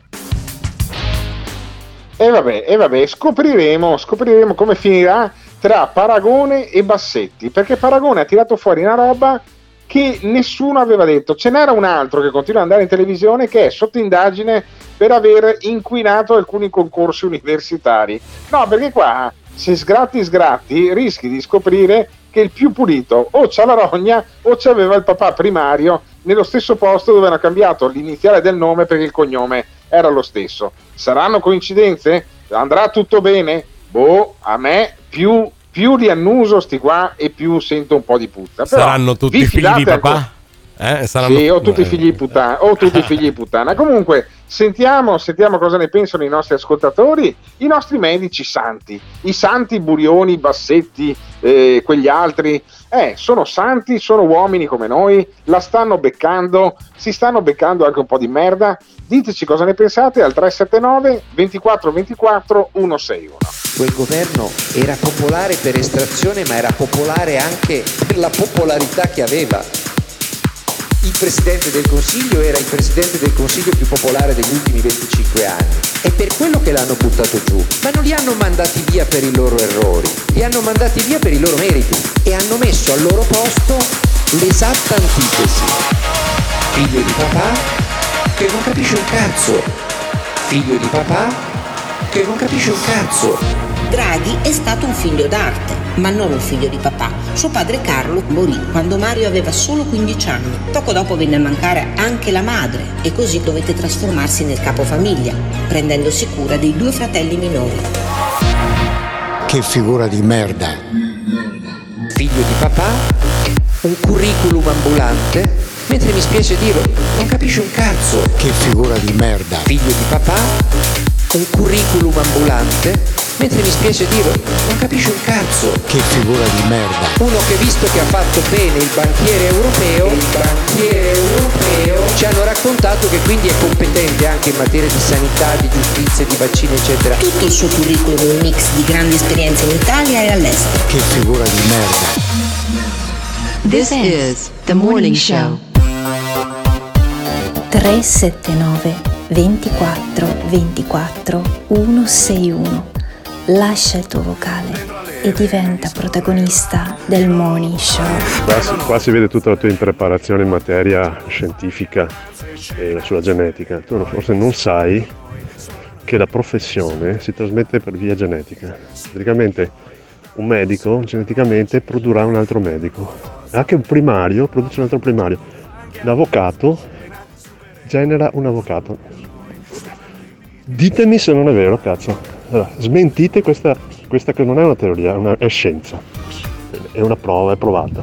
E vabbè, scopriremo come finirà tra Paragone e Bassetti, perché Paragone ha tirato fuori una roba che nessuno aveva detto. Ce n'era un altro che continua ad andare in televisione che è sotto indagine per aver inquinato alcuni concorsi universitari. No, perché qua se sgratti rischi di scoprire che il più pulito o c'ha la rogna o c'aveva il papà primario nello stesso posto dove hanno cambiato l'iniziale del nome perché il cognome era lo stesso. Saranno coincidenze? Andrà tutto bene? Boh, a me più li annuso sti qua e più sento un po' di puzza. Però
saranno tutti figli di papà?
Sì, o tutti figli di puttana. Comunque Sentiamo cosa ne pensano i nostri ascoltatori, i nostri medici santi, i santi Burioni, Bassetti, quegli altri, sono santi, sono uomini come noi, la stanno beccando, si stanno beccando anche un po' di merda. Diteci cosa ne pensate al 379 24 24 161.
Quel governo era popolare per estrazione, ma era popolare anche per la popolarità che aveva. Il Presidente del Consiglio era il Presidente del Consiglio più popolare degli ultimi 25 anni. È per quello che l'hanno buttato giù. Ma non li hanno mandati via per i loro errori, li hanno mandati via per i loro meriti e hanno messo al loro posto l'esatta antitesi. Figlio di papà che non capisce un cazzo. Figlio di papà che non capisce un cazzo.
Draghi è stato un figlio d'arte, ma non un figlio di papà. Suo padre Carlo morì quando Mario aveva solo 15 anni. Poco dopo venne a mancare anche la madre e così dovette trasformarsi nel capofamiglia, prendendosi cura dei 2 fratelli minori.
Che figura di merda.
Figlio di papà, un curriculum ambulante, mentre mi spiace dirlo, non capisce un cazzo.
Che figura di merda.
Figlio di papà, un curriculum ambulante, mentre mi spiace dirlo, non capisce un cazzo.
Che figura di merda.
Uno che, visto che ha fatto bene il banchiere europeo, ci hanno raccontato che quindi è competente anche in materia di sanità, di giustizia, di vaccini, eccetera.
Tutto il suo curriculum è un mix di grandi esperienze in Italia e all'estero.
Che figura di merda.
This is The Morning Show.
379 24 24 161. Lascia il tuo vocale e diventa protagonista del Morning Show.
Qua si vede tutta la tua impreparazione in materia scientifica e sulla genetica. Tu forse non sai che la professione si trasmette per via genetica. Praticamente un medico geneticamente produrrà un altro medico. Anche un primario produce un altro primario. L'avvocato genera un avvocato. Ditemi se non è vero, cazzo. Allora, smentite questa che non è una teoria, è scienza. È una prova, è provata.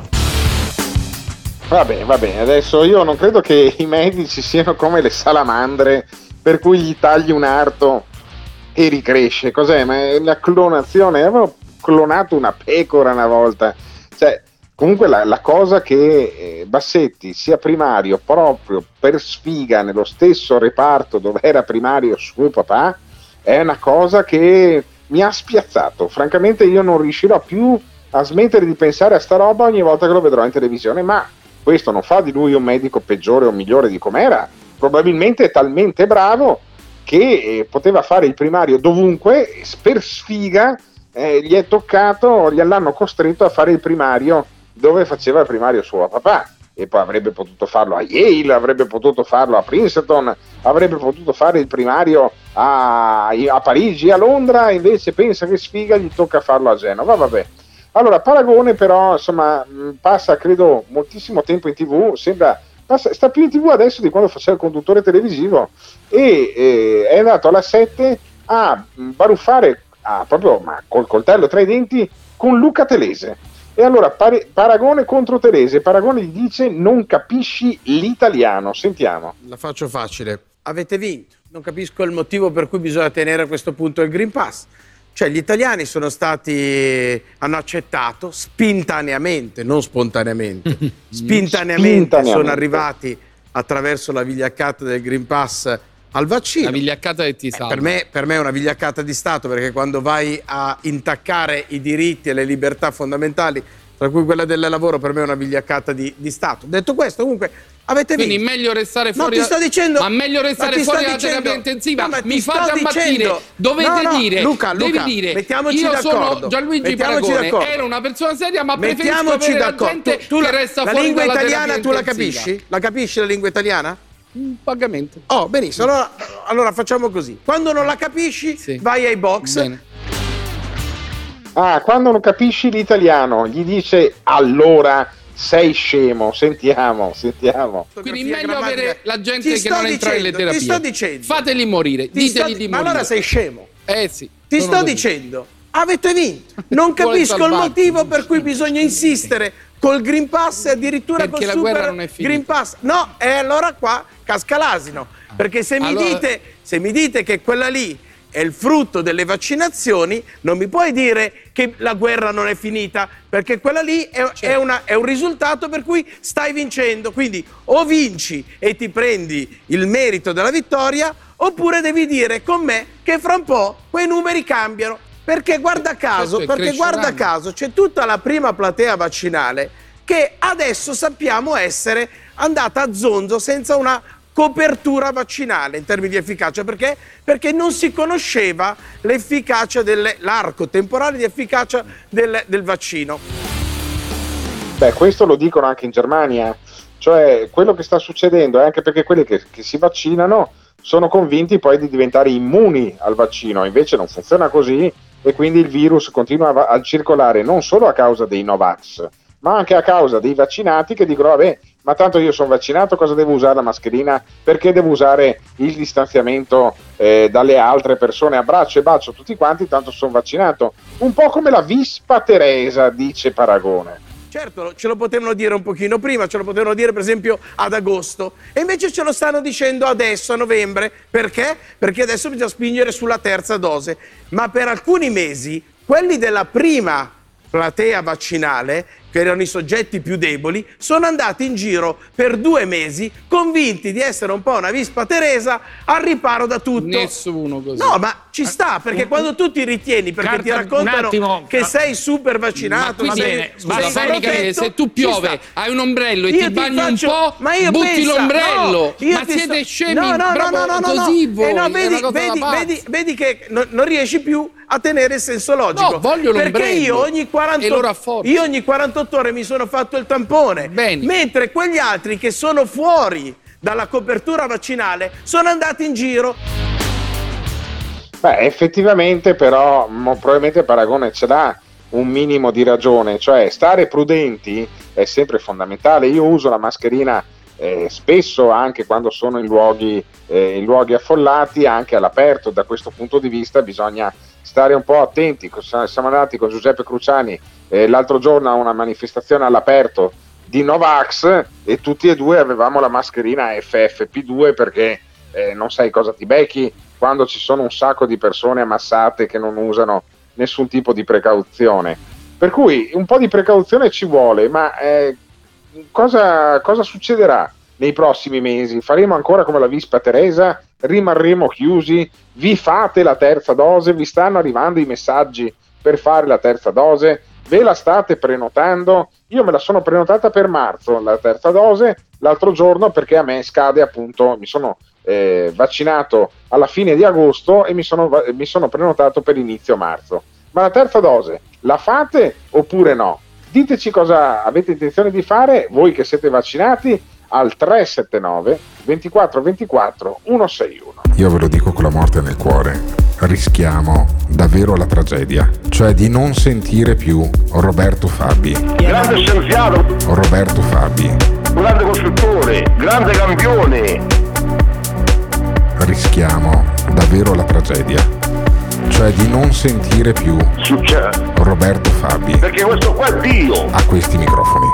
Va bene, adesso io non credo che i medici siano come le salamandre per cui gli tagli un arto e ricresce. Cos'è? Ma è la clonazione. Avevo clonato una pecora una volta. Cioè, comunque la cosa che Bassetti sia primario proprio per sfiga nello stesso reparto dove era primario suo papà è una cosa che mi ha spiazzato. Francamente io non riuscirò più a smettere di pensare a sta roba ogni volta che lo vedrò in televisione, ma questo non fa di lui un medico peggiore o migliore di com'era. Probabilmente è talmente bravo che poteva fare il primario dovunque, per sfiga gli è toccato, l'hanno costretto a fare il primario dove faceva il primario suo papà, e poi avrebbe potuto farlo a Yale, avrebbe potuto farlo a Princeton, avrebbe potuto fare il primario a Parigi, a Londra, invece pensa che sfiga, gli tocca farlo a Genova. Vabbè. Allora, Paragone però insomma passa credo moltissimo tempo in TV, sta più in TV adesso di quando faceva il conduttore televisivo, e è andato alla 7 a baruffare proprio col coltello tra i denti con Luca Telese. E allora Paragone contro Telese. Paragone gli dice: non capisci l'italiano. Sentiamo.
La faccio facile. Avete vinto. Non capisco il motivo per cui bisogna tenere a questo punto il Green Pass. Cioè gli italiani hanno accettato spintaneamente, non spontaneamente, spintaneamente sono arrivati attraverso la vigliaccata del Green Pass al vaccino.
La vigliaccata che ti salva.
Per me è una vigliaccata di Stato, perché quando vai a intaccare i diritti e le libertà fondamentali, tra cui quella del lavoro, per me è una vigliaccata di Stato. Detto questo, comunque avete vinto.
Quindi meglio restare fuori.
No, ti sto dicendo,
ma meglio restare fuori dalla terapia intensiva. No, mi fate ammattire. Dovete dire,
Luca,
devi dire:
mettiamoci
io
d'accordo.
sono Gianluigi Paragone, era una persona seria, ma preferisco avere la gente che resta
la
fuori
lingua
dalla
italiana. Tu la
intensiva.
capisci? La capisci la lingua italiana?
Vagamente.
Oh, benissimo. Allora facciamo così. Quando non la capisci, vai ai box.
Bene.
Quando non capisci l'italiano, gli dice: allora sei scemo. Sentiamo.
Quindi meglio avere la gente che non entra nelle terapie.
Ti sto dicendo.
Fateli morire. Diteli di morire.
Ma allora sei scemo.
Sì.
Ti sto dicendo. Avete vinto. Non capisco il motivo per cui bisogna insistere col Green Pass e addirittura
perché
col
la guerra
Super
non è finita.
Green Pass. No, e allora qua casca l'asino, perché se mi dite che quella lì è il frutto delle vaccinazioni, non mi puoi dire che la guerra non è finita, perché quella lì è un risultato per cui stai vincendo. Quindi o vinci e ti prendi il merito della vittoria, oppure devi dire con me che fra un po' quei numeri cambiano. Perché guarda caso c'è tutta la prima platea vaccinale che adesso sappiamo essere andata a zonzo senza una copertura vaccinale in termini di efficacia. Perché non si conosceva l'efficacia l'arco temporale di efficacia del vaccino.
Beh, questo lo dicono anche in Germania, cioè quello che sta succedendo è anche perché quelli che si vaccinano sono convinti poi di diventare immuni al vaccino, invece non funziona così e quindi il virus continua a circolare non solo a causa dei Novax, ma anche a causa dei vaccinati che dicono vabbè, ma tanto io sono vaccinato, cosa devo usare la mascherina? Perché devo usare il distanziamento dalle altre persone? Abbraccio e bacio tutti quanti, tanto sono vaccinato. Un po' come la Vispa Teresa, dice Paragone.
Certo, ce lo potevano dire un pochino prima, ce lo potevano dire per esempio ad agosto, e invece ce lo stanno dicendo adesso, a novembre. Perché? Perché adesso bisogna spingere sulla terza dose. Ma per alcuni mesi, quelli della prima platea vaccinale, che erano i soggetti più deboli, sono andati in giro per 2 mesi convinti di essere un po' una Vispa Teresa al riparo da tutto.
Nessuno così.
No, ma ci sta, perché quando tu ti ritieni, perché ti raccontano che sei super vaccinato,
ma
sei
sai Michele, se tu piove, hai un ombrello e
io
ti bagni un
faccio,
po',
ma io
butti
pensa,
l'ombrello.
No,
ma siete scemi,
no,
così voi.
Vedi che non riesci più a tenere il senso logico.
No, voglio l'ombrello.
Perché io ogni 48 ore mi sono fatto il tampone.
Bene.
Mentre quegli altri che sono fuori dalla copertura vaccinale sono andati in giro.
Beh, effettivamente però probabilmente Paragone ce l'ha un minimo di ragione, cioè stare prudenti è sempre fondamentale. Io uso la mascherina spesso anche quando sono in luoghi affollati, anche all'aperto. Da questo punto di vista bisogna stare un po' attenti. Siamo andati con Giuseppe Cruciani l'altro giorno a una manifestazione all'aperto di Novax e tutti e due avevamo la mascherina FFP2 perché non sai cosa ti becchi quando ci sono un sacco di persone ammassate che non usano nessun tipo di precauzione. Per cui un po' di precauzione ci vuole, ma cosa succederà nei prossimi mesi? Faremo ancora come la Vispa Teresa? Rimarremo chiusi? Vi fate la terza dose? Vi stanno arrivando i messaggi per fare la terza dose? Ve la state prenotando? Io me la sono prenotata per marzo, la terza dose, l'altro giorno, perché a me scade appunto, mi sono vaccinato alla fine di agosto e mi sono prenotato per inizio marzo. Ma la terza dose la fate oppure no? Diteci cosa avete intenzione di fare, voi che siete vaccinati, al 379 24 24 161.
Io ve lo dico con la morte nel cuore, rischiamo davvero la tragedia, cioè di non sentire più Roberto Fabi.
Grande scienziato,
Roberto Fabi.
grande costruttore, grande campione.
Rischiamo davvero la tragedia, cioè di non sentire più Roberto Fabi.
Perché questo qua è Dio.
A questi microfoni.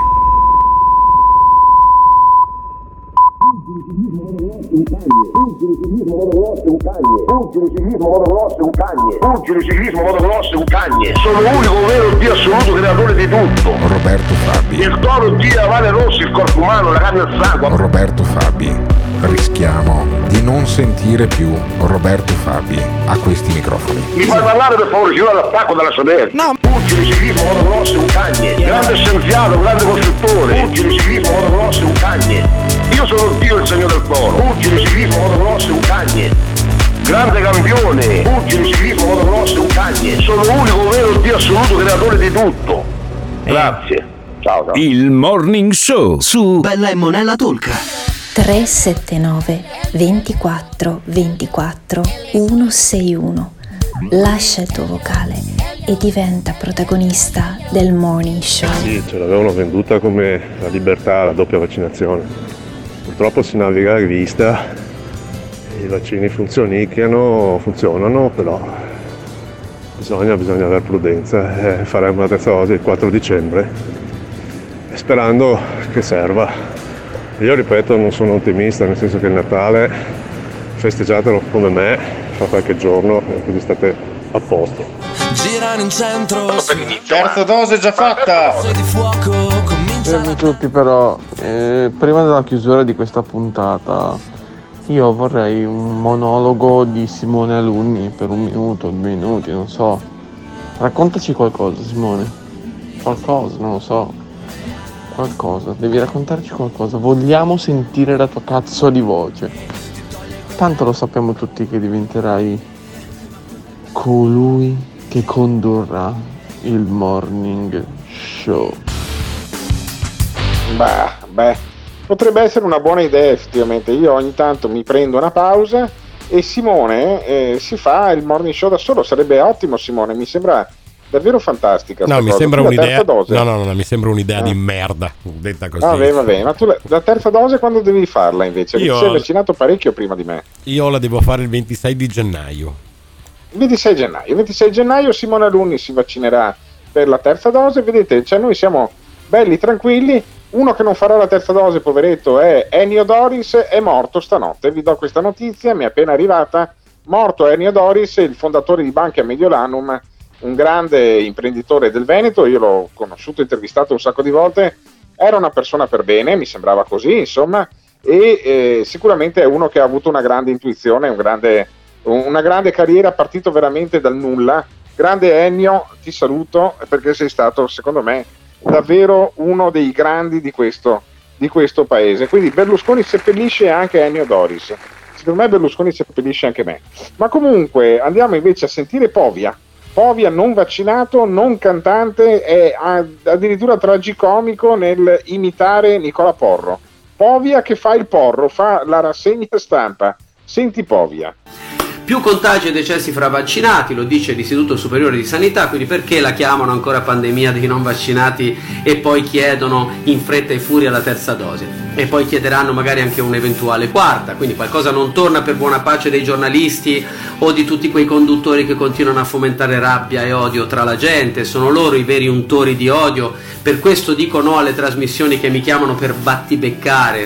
Sono l'unico vero Dio assoluto creatore di tutto.
Roberto Fabi.
Il toro, Dio, la vale rossa, il corpo umano, la carne e il sangue.
Roberto Fabi. Rischiamo di non sentire più Roberto Fabi a questi microfoni.
Mi fai parlare per favore, io l'attacco dalla sedere.
No.
Pugile, ciclismo, motocross, un cagne. Grande scienziato, grande costruttore. Pugile, ciclismo, motocross, un cagne. Io sono Dio, il segno del toro. Pugile, ciclismo, motocross, un cagne. Grande campione. Pugile, ciclismo, motocross, un cagne. Sono l'unico vero Dio assoluto creatore di tutto. Grazie. Ciao, ciao.
Il Morning Show su
Bella e Monella Talk.
379 24 24 161. Lascia il tuo vocale e diventa protagonista del Morning Show.
Sì, ce l'avevano venduta come la libertà, la doppia vaccinazione. Purtroppo si naviga a rivista, i vaccini funzionano, però bisogna avere prudenza. Faremo la terza dose il 4 dicembre sperando che serva. Io ripeto, non sono ottimista, nel senso che il Natale festeggiatelo come me, fra qualche giorno, così state a posto.
Girano in centro.
Terza dose già fatta.
Fermi tutti però, prima della chiusura di questa puntata io vorrei un monologo di Simone Alunni per 1 minuto, 2 minuti, non so. Raccontaci qualcosa, Simone. Qualcosa, non lo so. Qualcosa, devi raccontarci qualcosa. Vogliamo sentire la tua cazzo di voce. Tanto lo sappiamo tutti che diventerai colui che condurrà il morning show.
Beh, potrebbe essere una buona idea effettivamente. Io ogni tanto mi prendo una pausa e Simone si fa il morning show da solo. Sarebbe ottimo, Simone, mi sembra davvero fantastica.
No, mi
cosa.
sembra un'idea.
No,
mi sembra un'idea di merda, detta così.
Vabbè, ma tu la terza dose quando devi farla invece? Ti sei vaccinato parecchio prima di me.
Io la devo fare il 26 di gennaio.
Il 26 gennaio Simone Alunni si vaccinerà per la terza dose. Vedete, cioè noi siamo belli tranquilli. Uno che non farà la terza dose, poveretto, è Ennio Doris, è morto stanotte. Vi do questa notizia, mi è appena arrivata. Morto Ennio Doris, il fondatore di Banca Mediolanum, un grande imprenditore del Veneto. Io l'ho conosciuto, intervistato un sacco di volte. Era una persona per bene, mi sembrava così, insomma, e sicuramente è uno che ha avuto una grande intuizione, una grande carriera, partito veramente dal nulla. Grande Ennio, ti saluto perché sei stato, secondo me, davvero uno dei grandi di questo paese. Quindi Berlusconi seppellisce anche Ennio Doris. Secondo me Berlusconi seppellisce anche me. Ma comunque andiamo invece a sentire Povia non vaccinato, non cantante, è addirittura tragicomico nel imitare Nicola Porro. Povia che fa il porro, fa la rassegna stampa. Senti Povia.
Più contagi e decessi fra vaccinati, lo dice l'Istituto Superiore di Sanità, quindi perché la chiamano ancora pandemia dei non vaccinati e poi chiedono in fretta e furia la terza dose? E poi chiederanno magari anche un'eventuale quarta, quindi qualcosa non torna per buona pace dei giornalisti o di tutti quei conduttori che continuano a fomentare rabbia e odio tra la gente. Sono loro i veri untori di odio, per questo dico no alle trasmissioni che mi chiamano per battibeccare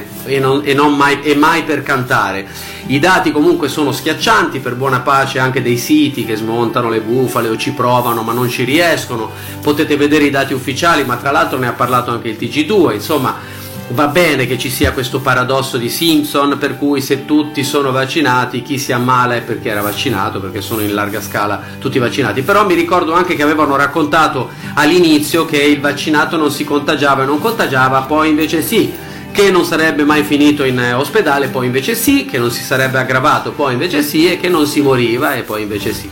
e mai per cantare. I dati comunque sono schiaccianti, per buona pace anche dei siti che smontano le bufale o ci provano ma non ci riescono. Potete vedere i dati ufficiali, ma tra l'altro ne ha parlato anche il TG2, insomma. Va bene che ci sia questo paradosso di Simpson per cui se tutti sono vaccinati chi si ammala è perché era vaccinato, perché sono in larga scala tutti vaccinati. Però mi ricordo anche che avevano raccontato all'inizio che il vaccinato non si contagiava e non contagiava, poi invece sì, che non sarebbe mai finito in ospedale, poi invece sì, che non si sarebbe aggravato, poi invece sì, e che non si moriva e poi invece sì.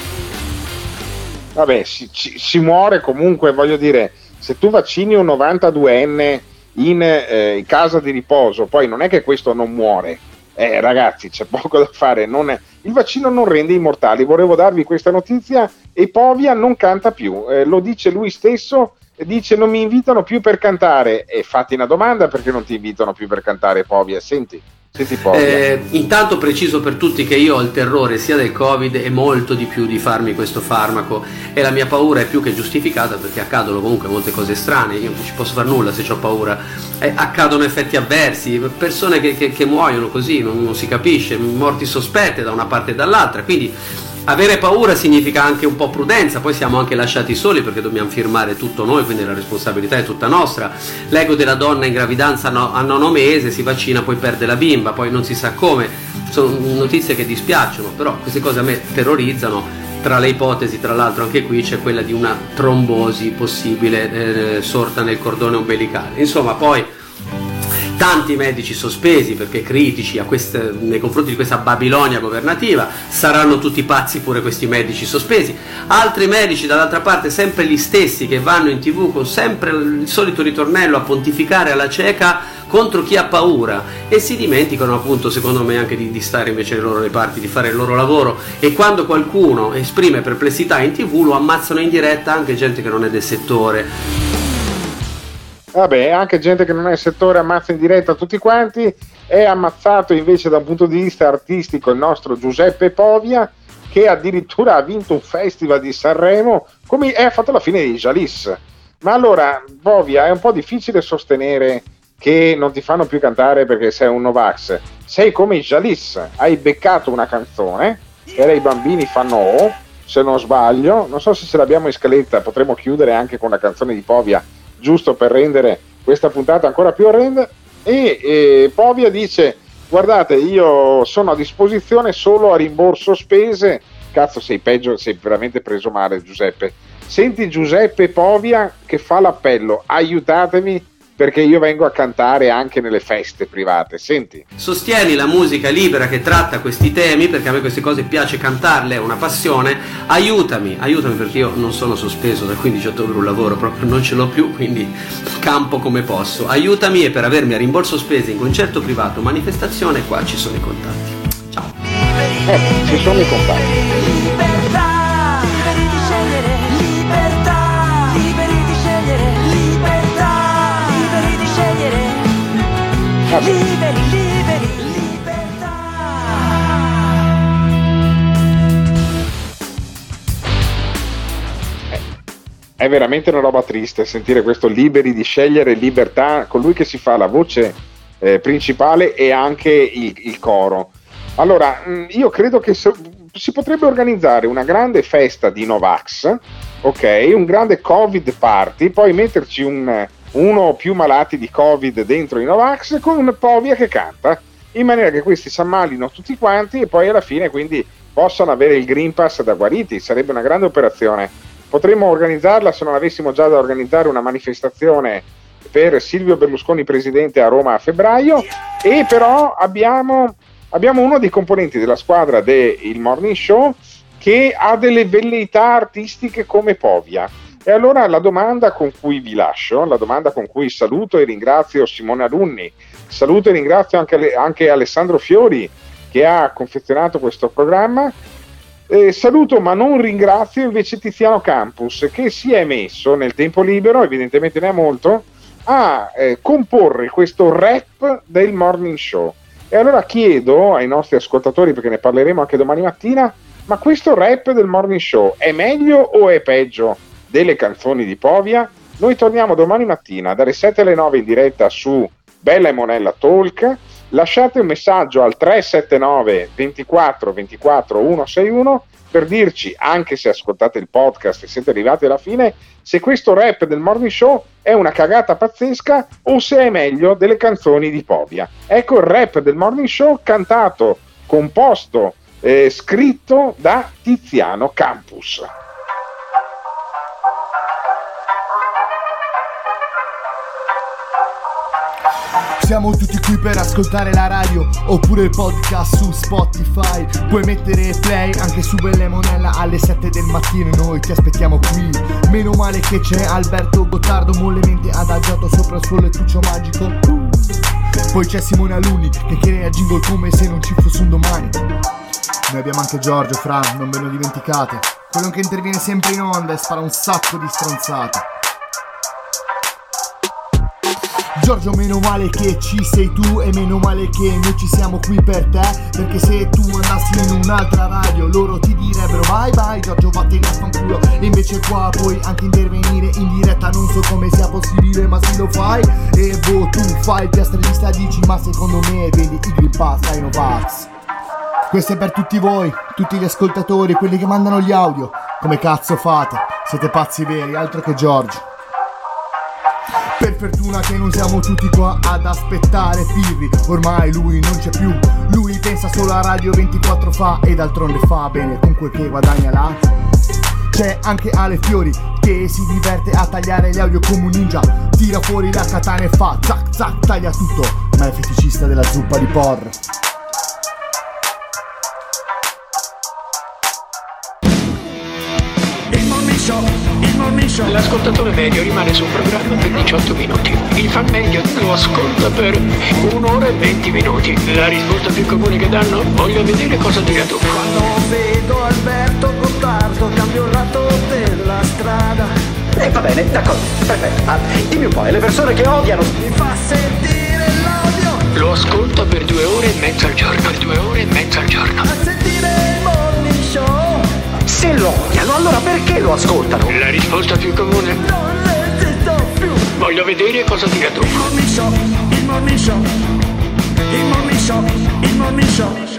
Vabbè, si muore comunque, voglio dire, se tu vaccini un 92enne in casa di riposo, poi non è che questo non muore, ragazzi, c'è poco da fare, il vaccino non rende immortali. Volevo darvi questa notizia. E Povia non canta più, lo dice lui stesso, dice non mi invitano più per cantare. E fatti una domanda, perché non ti invitano più per cantare, Povia? Senti Povia.
Intanto preciso per tutti che io ho il terrore sia del Covid e molto di più di farmi questo farmaco, e la mia paura è più che giustificata, perché accadono comunque molte cose strane. Io non ci posso fare nulla se ho paura, accadono effetti avversi, persone che muoiono così, non si capisce, morti sospette da una parte e dall'altra, quindi avere paura significa anche un po' prudenza. Poi siamo anche lasciati soli perché dobbiamo firmare tutto noi, quindi la responsabilità è tutta nostra. L'ego della donna in gravidanza a 9 mesi si vaccina, poi perde la bimba, poi non si sa come. Sono notizie che dispiacciono, però queste cose a me terrorizzano. Tra le ipotesi, tra l'altro, anche qui c'è quella di una trombosi possibile sorta nel cordone ombelicale. Insomma, poi tanti medici sospesi perché critici nei confronti di questa Babilonia governativa. Saranno tutti pazzi pure questi medici sospesi. Altri medici dall'altra parte, sempre gli stessi, che vanno in TV con sempre il solito ritornello a pontificare alla cieca contro chi ha paura, e si dimenticano appunto, secondo me, anche di stare invece alle loro reparti, di fare il loro lavoro. E quando qualcuno esprime perplessità in TV lo ammazzano in diretta anche gente che non è del settore.
Vabbè, anche gente che non è nel settore ammazza in diretta tutti quanti. È ammazzato invece da un punto di vista artistico il nostro Giuseppe Povia, che addirittura ha vinto un festival di Sanremo, come ha fatto la fine di Jalis. Ma allora, Povia, è un po' difficile sostenere che non ti fanno più cantare perché sei un Novax. Sei come i Jalis, hai beccato una canzone, era I bambini fanno O, se non sbaglio, non so se ce l'abbiamo in scaletta, potremmo chiudere anche con la canzone di Povia, giusto per rendere questa puntata ancora più orrenda, e Povia dice: guardate, io sono a disposizione solo a rimborso spese. Cazzo, sei peggio, sei veramente preso male, Giuseppe. Senti Giuseppe Povia che fa l'appello: aiutatemi perché io vengo a cantare anche nelle feste private. Senti.
Sostieni la musica libera che tratta questi temi, perché a me queste cose piace cantarle, è una passione. Aiutami perché io non sono sospeso da 15 ottobre, un lavoro proprio non ce l'ho più, quindi campo come posso. Aiutami, e per avermi a rimborso spese in concerto privato, manifestazione, qua ci sono i contatti. Ciao.
Ci sono i contatti.
Liberi, libertà.
È veramente una roba triste sentire questo liberi di scegliere, libertà, colui che si fa la voce principale e anche il coro. Allora, io credo che si potrebbe organizzare una grande festa di Novax, ok? Un grande Covid party, poi metterci uno o più malati di Covid dentro i Novax con un Povia che canta, in maniera che questi si ammalino tutti quanti e poi alla fine quindi possano avere il Green Pass da guariti. Sarebbe una grande operazione. Potremmo organizzarla, se non avessimo già da organizzare una manifestazione per Silvio Berlusconi presidente a Roma a febbraio, e però abbiamo uno dei componenti della squadra del Morning Show che ha delle velleità artistiche come Povia. E allora la domanda con cui vi lascio, la domanda con cui saluto e ringrazio Simone Alunni, saluto e ringrazio anche Alessandro Fiori che ha confezionato questo programma, saluto ma non ringrazio invece Tiziano Campus, che si è messo nel tempo libero, evidentemente ne ha molto, a comporre questo rap del Morning Show. E allora chiedo ai nostri ascoltatori, perché ne parleremo anche domani mattina, ma questo rap del Morning Show è meglio o è peggio delle canzoni di Povia? Noi torniamo domani mattina dalle 7 alle 9 in diretta su Bella e Monella Talk. Lasciate un messaggio al 379 24 24 161 per dirci, anche se ascoltate il podcast e siete arrivati alla fine, se questo rap del Morning Show è una cagata pazzesca o se è meglio delle canzoni di Povia. Ecco il rap del Morning Show cantato, composto, scritto da Tiziano Campus.
Siamo tutti qui per ascoltare la radio oppure il podcast su Spotify. Puoi mettere play anche su Bella e Monella alle 7 del mattino, noi ti aspettiamo qui. Meno male che c'è Alberto Gottardo mollemente adagiato sopra il suo lettuccio magico. Poi c'è Simone Alunni che crea jingle come se non ci fosse un domani. Noi abbiamo anche Giorgio, fra, non ve lo dimenticate, quello che interviene sempre in onda e spara un sacco di stronzate. Giorgio, meno male che ci sei tu e meno male che noi ci siamo qui per te, perché se tu andassi in un'altra radio loro ti direbbero bye bye Giorgio, vattene a fanculo. E invece qua puoi anche intervenire in diretta, non so come sia possibile ma se lo fai. E tu fai il piastrellista, dici ma secondo me vedi i Green Pass ai Novax. Questo è per tutti voi, tutti gli ascoltatori, quelli che mandano gli audio. Come cazzo fate? Siete pazzi veri, altro che Giorgio. Per fortuna che non siamo tutti qua ad aspettare Pirri, ormai lui non c'è più, lui pensa solo a Radio 24 fa e d'altronde fa bene con quel che guadagna là. C'è anche Ale Fiori che si diverte a tagliare gli audio come un ninja, tira fuori la katana e fa zac zac, taglia tutto, ma è feticista della zuppa di porro.
L'ascoltatore medio rimane sul programma per 18 minuti. Il fan medio lo ascolta per 1 ora e 20 minuti. La risposta più comune che danno: voglio vedere cosa dirà tu.
Quando vedo Alberto Gottardo cambio il lato della strada.
Va bene, d'accordo, perfetto. Dimmi un po', e le persone che odiano?
Mi fa sentire l'odio.
Lo ascolta per 2 ore e mezza al giorno. Per 2 ore e mezza al giorno.
A sentire il Morning Show.
Se lo odiano, allora perché lo ascoltano?
La risposta più comune:
non
Voglio vedere cosa dirà dopo.
Il morning show, il morning show, il morning show, il morning show.